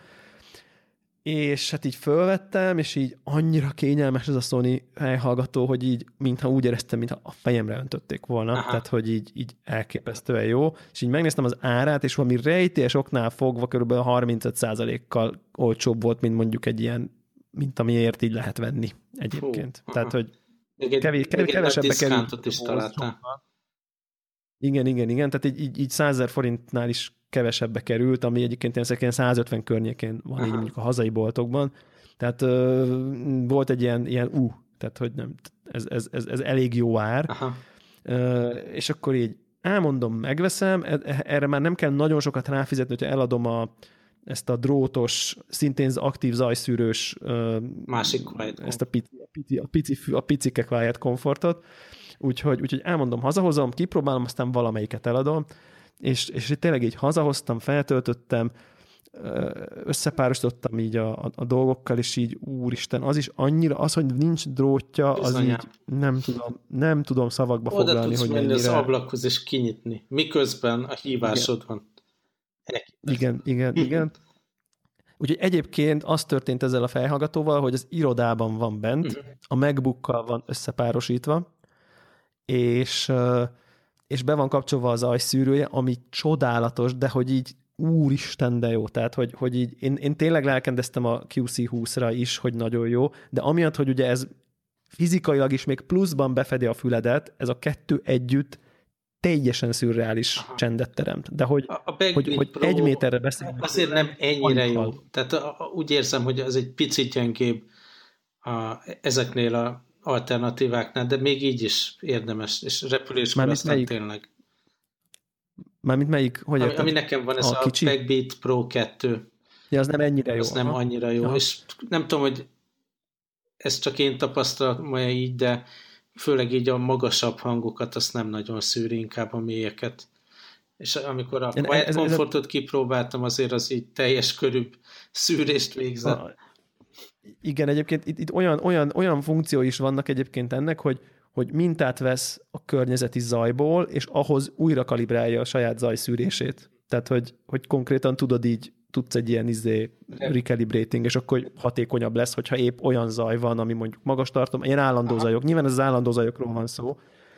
és hát így fölvettem, és így annyira kényelmes ez a Sony helyhallgató, hogy így, mintha úgy éreztem, mintha a fejemre öntötték volna, Aha. tehát, hogy így, így elképesztően jó, és így megnéztem az árát, és valami rejtélyes oknál fogva körülbelül harmincöt százalékkal olcsóbb volt, mint mondjuk egy ilyen, mint amiért így lehet venni egyébként. Hú, tehát, hogy kevés, kevés, kevesebbe került. Is találtál. Igen, igen, igen, tehát így, így, így százezer forintnál is kevesebbe került, ami egyébként ilyen százötven környékén van Aha. így mondjuk a hazai boltokban. Tehát ö, volt egy ilyen, ilyen ú, uh, tehát hogy nem, ez, ez, ez, ez elég jó ár. Ö, és akkor így elmondom, megveszem, erre már nem kell nagyon sokat ráfizetni, hogyha eladom a, ezt a drótos, szintén aktív zajszűrős ö, másik ezt a pici, a pici, a pici, a picike Quiet Comfortot. Úgyhogy, úgyhogy elmondom, hazahozom, kipróbálom, aztán valamelyiket eladom, és, és tényleg így hazahoztam, feltöltöttem, összepárosítottam így a, a, a dolgokkal, és így úristen, az is annyira, az, hogy nincs drótja, az így nem tudom, nem tudom szavakba Oda foglalni, tudsz hogy menni mennyire... az ablakhoz és kinyitni, miközben a hívásod igen. van. Igen, igen, igen. Úgyhogy egyébként az történt ezzel a fejhallgatóval, hogy az irodában van bent, a MacBookkal van összepárosítva, és és be van kapcsolva az zajszűrője, ami csodálatos, de hogy így úristen, de jó. Tehát, hogy, hogy így én, én tényleg lelkendeztem a kú cé húszra is, hogy nagyon jó, de amiatt, hogy ugye ez fizikailag is még pluszban befedi a füledet, ez a kettő együtt teljesen szürreális Aha. csendet teremt. De hogy, a, a hogy, hogy egy méterre beszélünk. Azért nem ennyire jó. Hal. Tehát a, a, úgy érzem, hogy ez egy picit gyengébb a, ezeknél a alternatíváknál, de még így is érdemes, és repüléskor aztán melyik, tényleg. Mármint melyik? Hogy ami, ami nekem van, ez a, a Backbeat Pro kettő. Ja, az nem ennyire jó. Az nem annyira jó, Aha. és nem tudom, hogy ez csak én tapasztalom így, de főleg így a magasabb hangokat azt nem nagyon szűri, inkább a mélyeket. És amikor a Quiet Comfortot kipróbáltam, azért az így teljes körűbb szűrést végzett. A, igen, egyébként itt, itt olyan, olyan, olyan funkció is vannak egyébként ennek, hogy, hogy mintát vesz a környezeti zajból, és ahhoz újra kalibrálja a saját zajszűrését. Tehát, hogy, hogy konkrétan tudod így, tudsz egy ilyen izé recalibrating, és akkor hatékonyabb lesz, hogyha épp olyan zaj van, ami mondjuk magas tartom, ilyen állandó zajok. Nyilván ez az állandó zajokról van szó,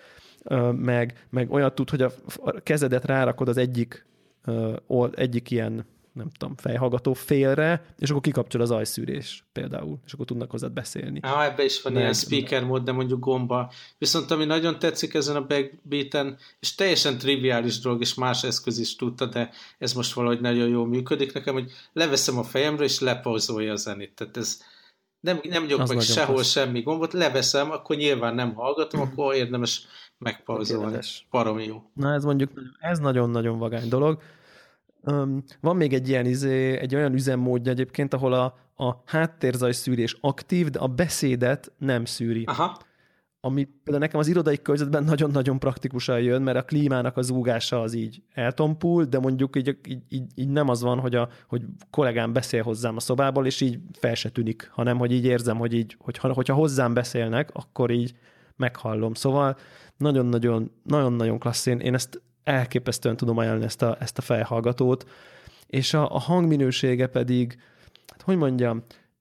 meg, meg olyat tud, hogy a kezedet rárakod az egyik, egyik ilyen, nem tudom, fejhallgató félre, és akkor kikapcsol az zajszűrés például, és akkor tudnak hozzád beszélni. Ah, ebbe is van meg, ilyen speaker mód, de mondjuk gomba. Viszont ami nagyon tetszik ezen a Backbeaten, és teljesen triviális dolog, és más eszköz is tudta, de ez most valahogy nagyon jól működik nekem, hogy leveszem a fejemre, és lepauzolja a zenét. Tehát ez nem, nem nyomok meg sehol passz. Semmi gombot, leveszem, akkor nyilván nem hallgatom, akkor érdemes megpauzolni. Baromi jó. Na ez mondjuk, ez nagyon-nagyon vagány dolog. Um, van még egy ilyen izé, egy olyan üzemmódja egyébként, ahol a, a háttérzajszűrés aktív, de a beszédet nem szűri. Aha. Ami például nekem az irodai környezetben nagyon-nagyon praktikusan jön, mert a klímának a zúgása az így eltompul, de mondjuk így, így, így, így nem az van, hogy, a, hogy kollégám beszél hozzám a szobából, és így fel se tűnik, hanem hogy így érzem, hogy így, hogyha, hogyha hozzám beszélnek, akkor így meghallom. Szóval nagyon-nagyon, nagyon-nagyon klassz. Én, én ezt elképesztően tudom ajánlani ezt a, ezt a fejhallgatót, és a, a hangminősége pedig, hát hogy mondjam,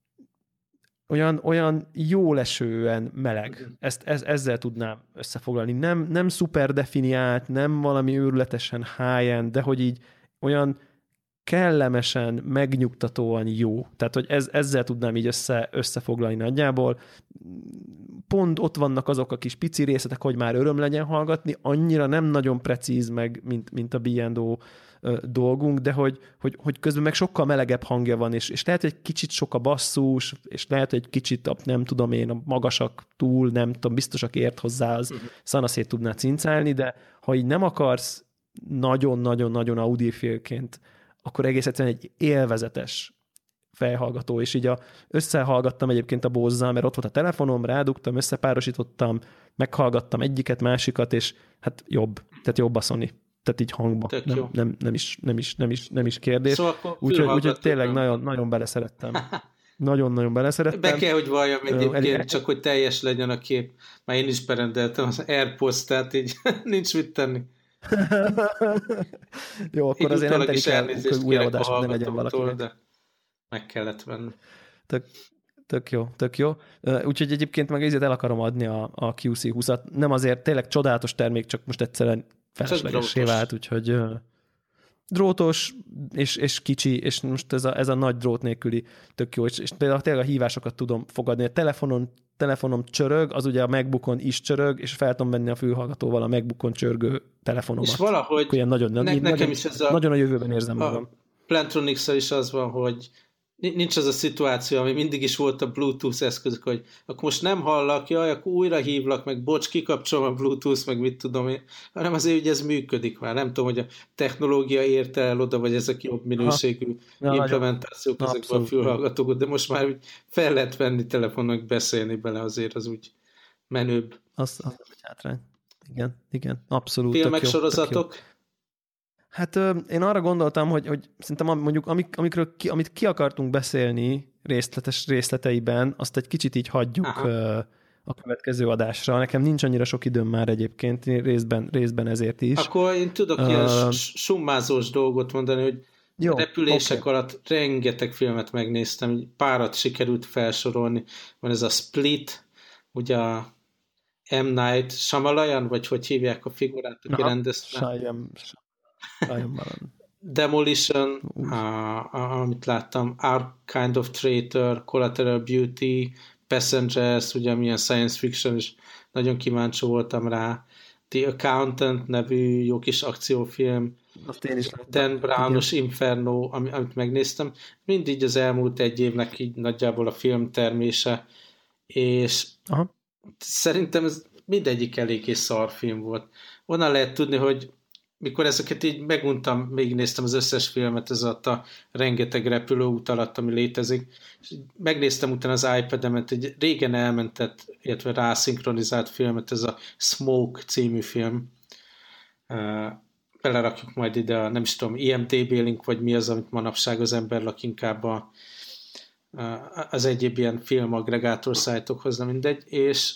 olyan, olyan jólesően meleg. Ezt, ez, ezzel tudnám összefoglalni. Nem, nem szuper definiált, nem valami őrületesen high-end, de hogy így olyan kellemesen, megnyugtatóan jó. Tehát, hogy ez, ezzel tudnám így össze, összefoglalni nagyjából. Pont ott vannak azok a kis pici részletek, hogy már öröm legyen hallgatni, annyira nem nagyon precíz meg, mint, mint a bé és o dolgunk, de hogy, hogy, hogy közben meg sokkal melegebb hangja van, és, és lehet, hogy egy kicsit sok a basszus, és lehet, hogy egy kicsit, a, nem tudom én, a magasak túl, nem tudom, biztosak ért hozzá, az uh-huh. szanaszét tudná cincálni, de ha így nem akarsz nagyon-nagyon-nagyon audiofilként, akkor egész egyszerűen egy élvezetes fejhallgató, és így a, összehallgattam egyébként a Bose-zal, mert ott volt a telefonom, rádugtam, összepárosítottam, meghallgattam egyiket, másikat, és hát jobb, tehát jobb a Sony. Tehát így hangba. Nem, nem, nem, is, nem, is, nem, is, nem is kérdés. Szóval úgyhogy úgy, tényleg nagyon, nagyon beleszerettem. Nagyon-nagyon beleszerettem. Be kell, hogy valljam egyébként, uh, csak hogy teljes legyen a kép. Már én is berendeltem az AirPods, tehát így nincs mit tenni. Jó, akkor azért nem telik el, hogy új adás ne legyen valakinek. De meg kellett venni. Tök, tök jó, tök jó. Úgyhogy egyébként meg ezért el akarom adni a, a kú cé húszat. Nem azért, tényleg csodálatos termék, csak most egyszerűen feleslegessé vált, úgyhogy uh, drótos, és, és kicsi, és most ez a, ez a nagy drót nélküli tök jó, és, és például tényleg a hívásokat tudom fogadni. A telefonon, telefonom csörög, az ugye a MacBookon is csörög, és fel tudom venni a fülhallgatóval a MacBookon csörgő telefonomat. És valahogy nagyon, ne, nekem nagyon, is ez a, nagyon a jövőben érzem magam. Plantronics-szal is az van, hogy nincs az a szituáció, ami mindig is volt a Bluetooth eszközök, hogy akkor most nem hallak, jaj, akkor újra hívlak, meg bocs, kikapcsolom a Bluetooth, meg mit tudom én, hanem azért, hogy ez működik már. Nem tudom, hogy a technológia érte el oda, vagy ezek jobb minőségű ja, implementációk na, ezekben a fülhallgatók, de most már úgy fel lehet venni telefonnak, beszélni bele, azért az úgy menőbb. Azt, azt hogy hátrány. Igen, igen, abszolút. Filmek, jó, sorozatok? Hát én arra gondoltam, hogy, hogy szerintem mondjuk amik, amikről ki, amit ki akartunk beszélni részletes részleteiben, azt egy kicsit így hagyjuk Aha. a következő adásra. Nekem nincs annyira sok időm már egyébként, részben, részben ezért is. Akkor én tudok uh, ilyen summázós dolgot mondani, hogy jó, repülések okay. alatt rengeteg filmet megnéztem, párat sikerült felsorolni. Van ez a Split, ugye a M. Night Shyamalan, vagy hogy hívják a figurát, aki rendezte? Shyamalan. Demolition, a, a, amit láttam, Our Kind of Traitor, Collateral Beauty, Passengers, ugye milyen science fiction, és nagyon kíváncsi voltam rá. The Accountant nevű jó kis akciófilm, azt én is láttam. Dan Brown-os Inferno, amit megnéztem. Mindig az elmúlt egy évnek így nagyjából a film termése, és aha. Szerintem ez mindegyik eléggé szar film volt. Onnan lehet tudni, hogy mikor ezeket így meguntam, még néztem az összes filmet, ez alatt a rengeteg repülőút alatt, ami létezik, és megnéztem utána az iPad-emet, egy régen elmentett, illetve rászinkronizált filmet, ez a Smoke című film. Belerakjuk majd ide a, nem is tudom, I M D B link, vagy mi az, amit manapság az ember lak inkább a, az egyéb ilyen filmaggregátor szájtokhoz, nem mindegy, és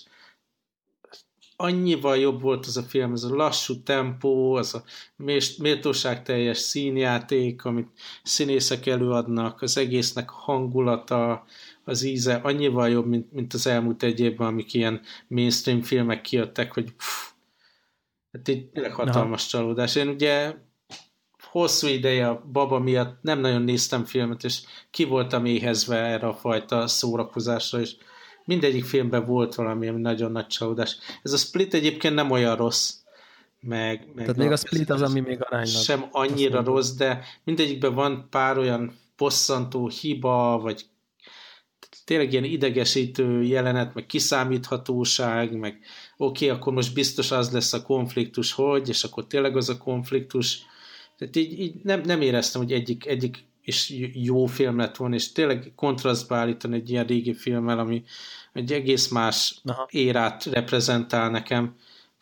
annyival jobb volt az a film, ez a lassú tempó, az a méltóságteljes színjáték, amit színészek előadnak, az egésznek hangulata, az íze, annyival jobb, mint, mint az elmúlt egy évben, amik ilyen mainstream filmek kijöttek, hogy pff, hát így tényleg hatalmas Aha. csalódás. Én ugye hosszú ideje a baba miatt nem nagyon néztem filmet, és ki voltam éhezve erre a fajta szórakozásra, és mindegyik filmben volt valami, ami nagyon nagy csalódás. Ez a Split egyébként nem olyan rossz. Meg, meg Tehát a, még a Split az, ami még aránylag. Sem annyira rossz, de mindegyikben van pár olyan bosszantó hiba, vagy tényleg ilyen idegesítő jelenet, meg kiszámíthatóság, meg oké, okay, akkor most biztos az lesz a konfliktus, hogy, és akkor tényleg az a konfliktus. Tehát így, így nem, nem éreztem, hogy egyik, egyik és jó film lett volna, és tényleg kontrasztba állítani egy ilyen régi filmmel, ami egy egész más Aha. érát reprezentál nekem.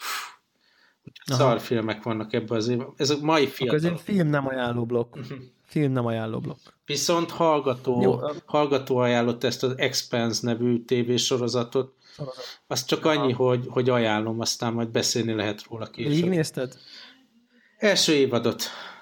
Szar filmek vannak ebben az évben. Ez a mai fiatal. Akkor ez egy film nem ajánló blokk. Uh-huh. Film nem ajánló blokk. Viszont hallgató, jó, hallgató ajánlott ezt az Expanse nevű tévésorozatot. Sorozat. Az csak annyi, hogy, hogy ajánlom, aztán majd beszélni lehet róla később. Végignézted? Első évadot.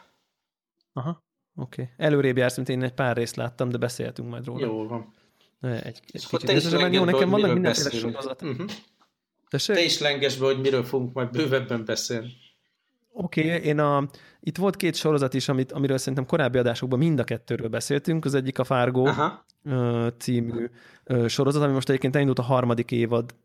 Aha. Oké. Okay. Előrébb jársz, mint én egy pár részt láttam, de beszéltünk majd róla. Jó van. Egy, egy te is lengesd be, nekem vannak mindenféle sorozat. Uh-huh. Te is lengesd be, hogy miről fogunk majd bővebben beszélni. Oké, okay, én a... Itt volt két sorozat is, amit, amiről szerintem korábbi adásokban mind a kettőről beszéltünk. Az egyik a Fargo Aha. című sorozat, ami most egyébként elindult a harmadik évad,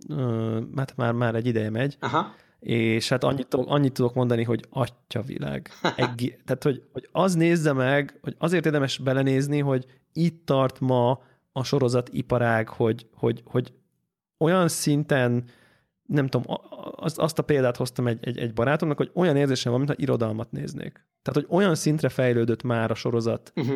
hát már, már egy ideje megy. Aha. És hát annyit, annyit tudok mondani, hogy atyavilág. Eggi, tehát, hogy, hogy az nézze meg, hogy azért érdemes belenézni, hogy itt tart ma a sorozatiparág, hogy, hogy, hogy olyan szinten, nem tudom, azt, azt a példát hoztam egy, egy, egy barátomnak, hogy olyan érzésem van, mintha irodalmat néznék. Tehát, hogy olyan szintre fejlődött már a sorozat uh-huh.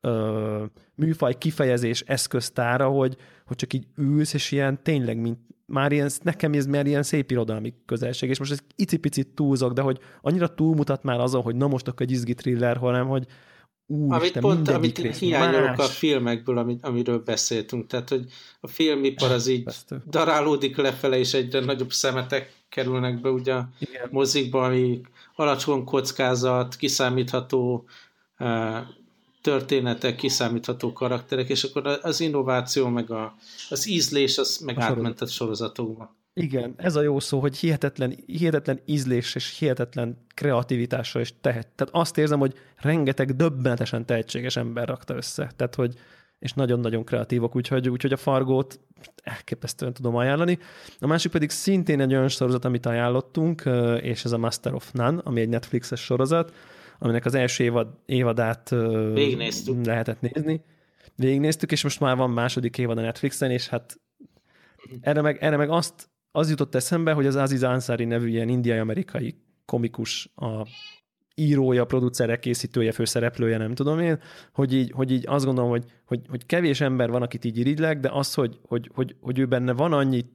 ö, műfaj, kifejezés, eszköztára, hogy, hogy csak így ülsz, és ilyen tényleg, mint már ilyen, nekem ez már ilyen szép irodalmi közelség, és most ez icipicit túlzok, de hogy annyira túlmutat már azon, hogy na most akkor egy izgi thriller, hanem, hogy Úristen, amit pont, amit hiányolok a filmekből, amit, amiről beszéltünk, tehát, hogy a filmipar az így Vesztő. darálódik lefele, és egyre nagyobb szemetek kerülnek be ugye a Igen. mozikba, ami alacsony kockázat, kiszámítható uh, történetek, kiszámítható karakterek, és akkor az innováció, meg a, az ízlés, az meg a átment a sorozatokba. Igen, ez a jó szó, hogy hihetetlen, hihetetlen ízlés és hihetetlen kreativitással és tehet. Tehát azt érzem, hogy rengeteg döbbenetesen tehetséges ember rakta össze. Tehát, hogy, és nagyon-nagyon kreatívok, úgyhogy, úgyhogy a Fargót elképesztően tudom ajánlani. A másik pedig szintén egy olyan sorozat, amit ajánlottunk, és ez a Master of None, ami egy Netflixes sorozat, aminek az első évad, évadát Végignéztük. lehetett nézni. Végignéztük, és most már van második évad a Netflixen, és hát erre meg, erre meg azt az jutott eszembe, hogy az Aziz Ansari nevű ilyen indiai-amerikai komikus, a írója, producere, készítője, főszereplője, nem tudom én, hogy így, hogy így azt gondolom, hogy, hogy, hogy kevés ember van, akit így irigylek, de az, hogy, hogy, hogy, hogy ő benne van annyi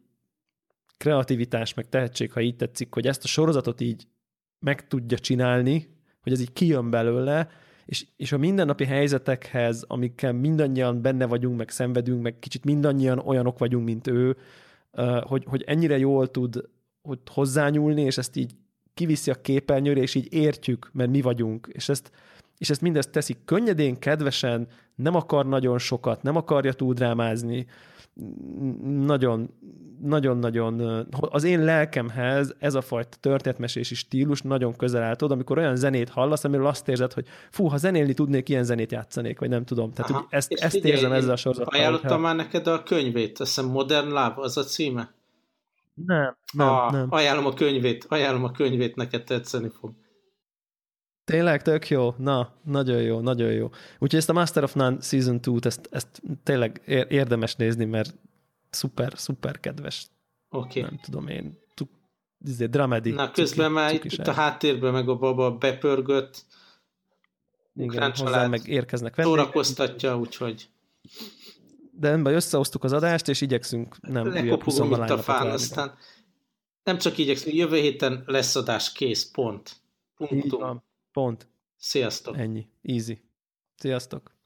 kreativitás, meg tehetség, ha így tetszik, hogy ezt a sorozatot így meg tudja csinálni, hogy ez így kijön belőle, és, és a mindennapi helyzetekhez, amikkel mindannyian benne vagyunk, meg szenvedünk, meg kicsit mindannyian olyanok vagyunk, mint ő, hogy, hogy ennyire jól tud hogy hozzányúlni, és ezt így kiviszi a képernyőre, és így értjük, mert mi vagyunk. És ezt és ezt mindezt teszi könnyedén, kedvesen, nem akar nagyon sokat, nem akarja túl drámázni, nagyon, nagyon-nagyon az én lelkemhez ez a fajta történetmesési stílus nagyon közel áll, tudod, amikor olyan zenét hallasz, amiről azt érzed, hogy fú, ha zenélni tudnék, ilyen zenét játszanék, vagy nem tudom. Tehát hogy ezt, ezt figyelj, érzem ezzel a sorozattal. Ajánlottam hogyha... már neked a könyvét, azt hiszem Modern Love, az a címe? Nem, nem, a, nem. Ajánlom a könyvét, ajánlom a könyvét, neked tetszeni fog. Tényleg tök jó? Na, nagyon jó, nagyon jó. Úgyhogy ezt a Master of None Season kettőt, ezt, ezt tényleg érdemes nézni, mert szuper, szuper kedves. Oké. Okay. Nem tudom én, izé, dramedy. Na, közben már itt a háttérben meg a baba bepörgött. Igen, hozzá meg érkeznek vendégek. Szórakoztatja, úgyhogy... De nem baj, összehoztuk az adást, és igyekszünk nem újabb huszonvalány napot várni. Aztán nem csak igyekszünk, jövő héten lesz adás, kész, pont. Punktum. Pont. Sziasztok. Ennyi. Easy. Sziasztok.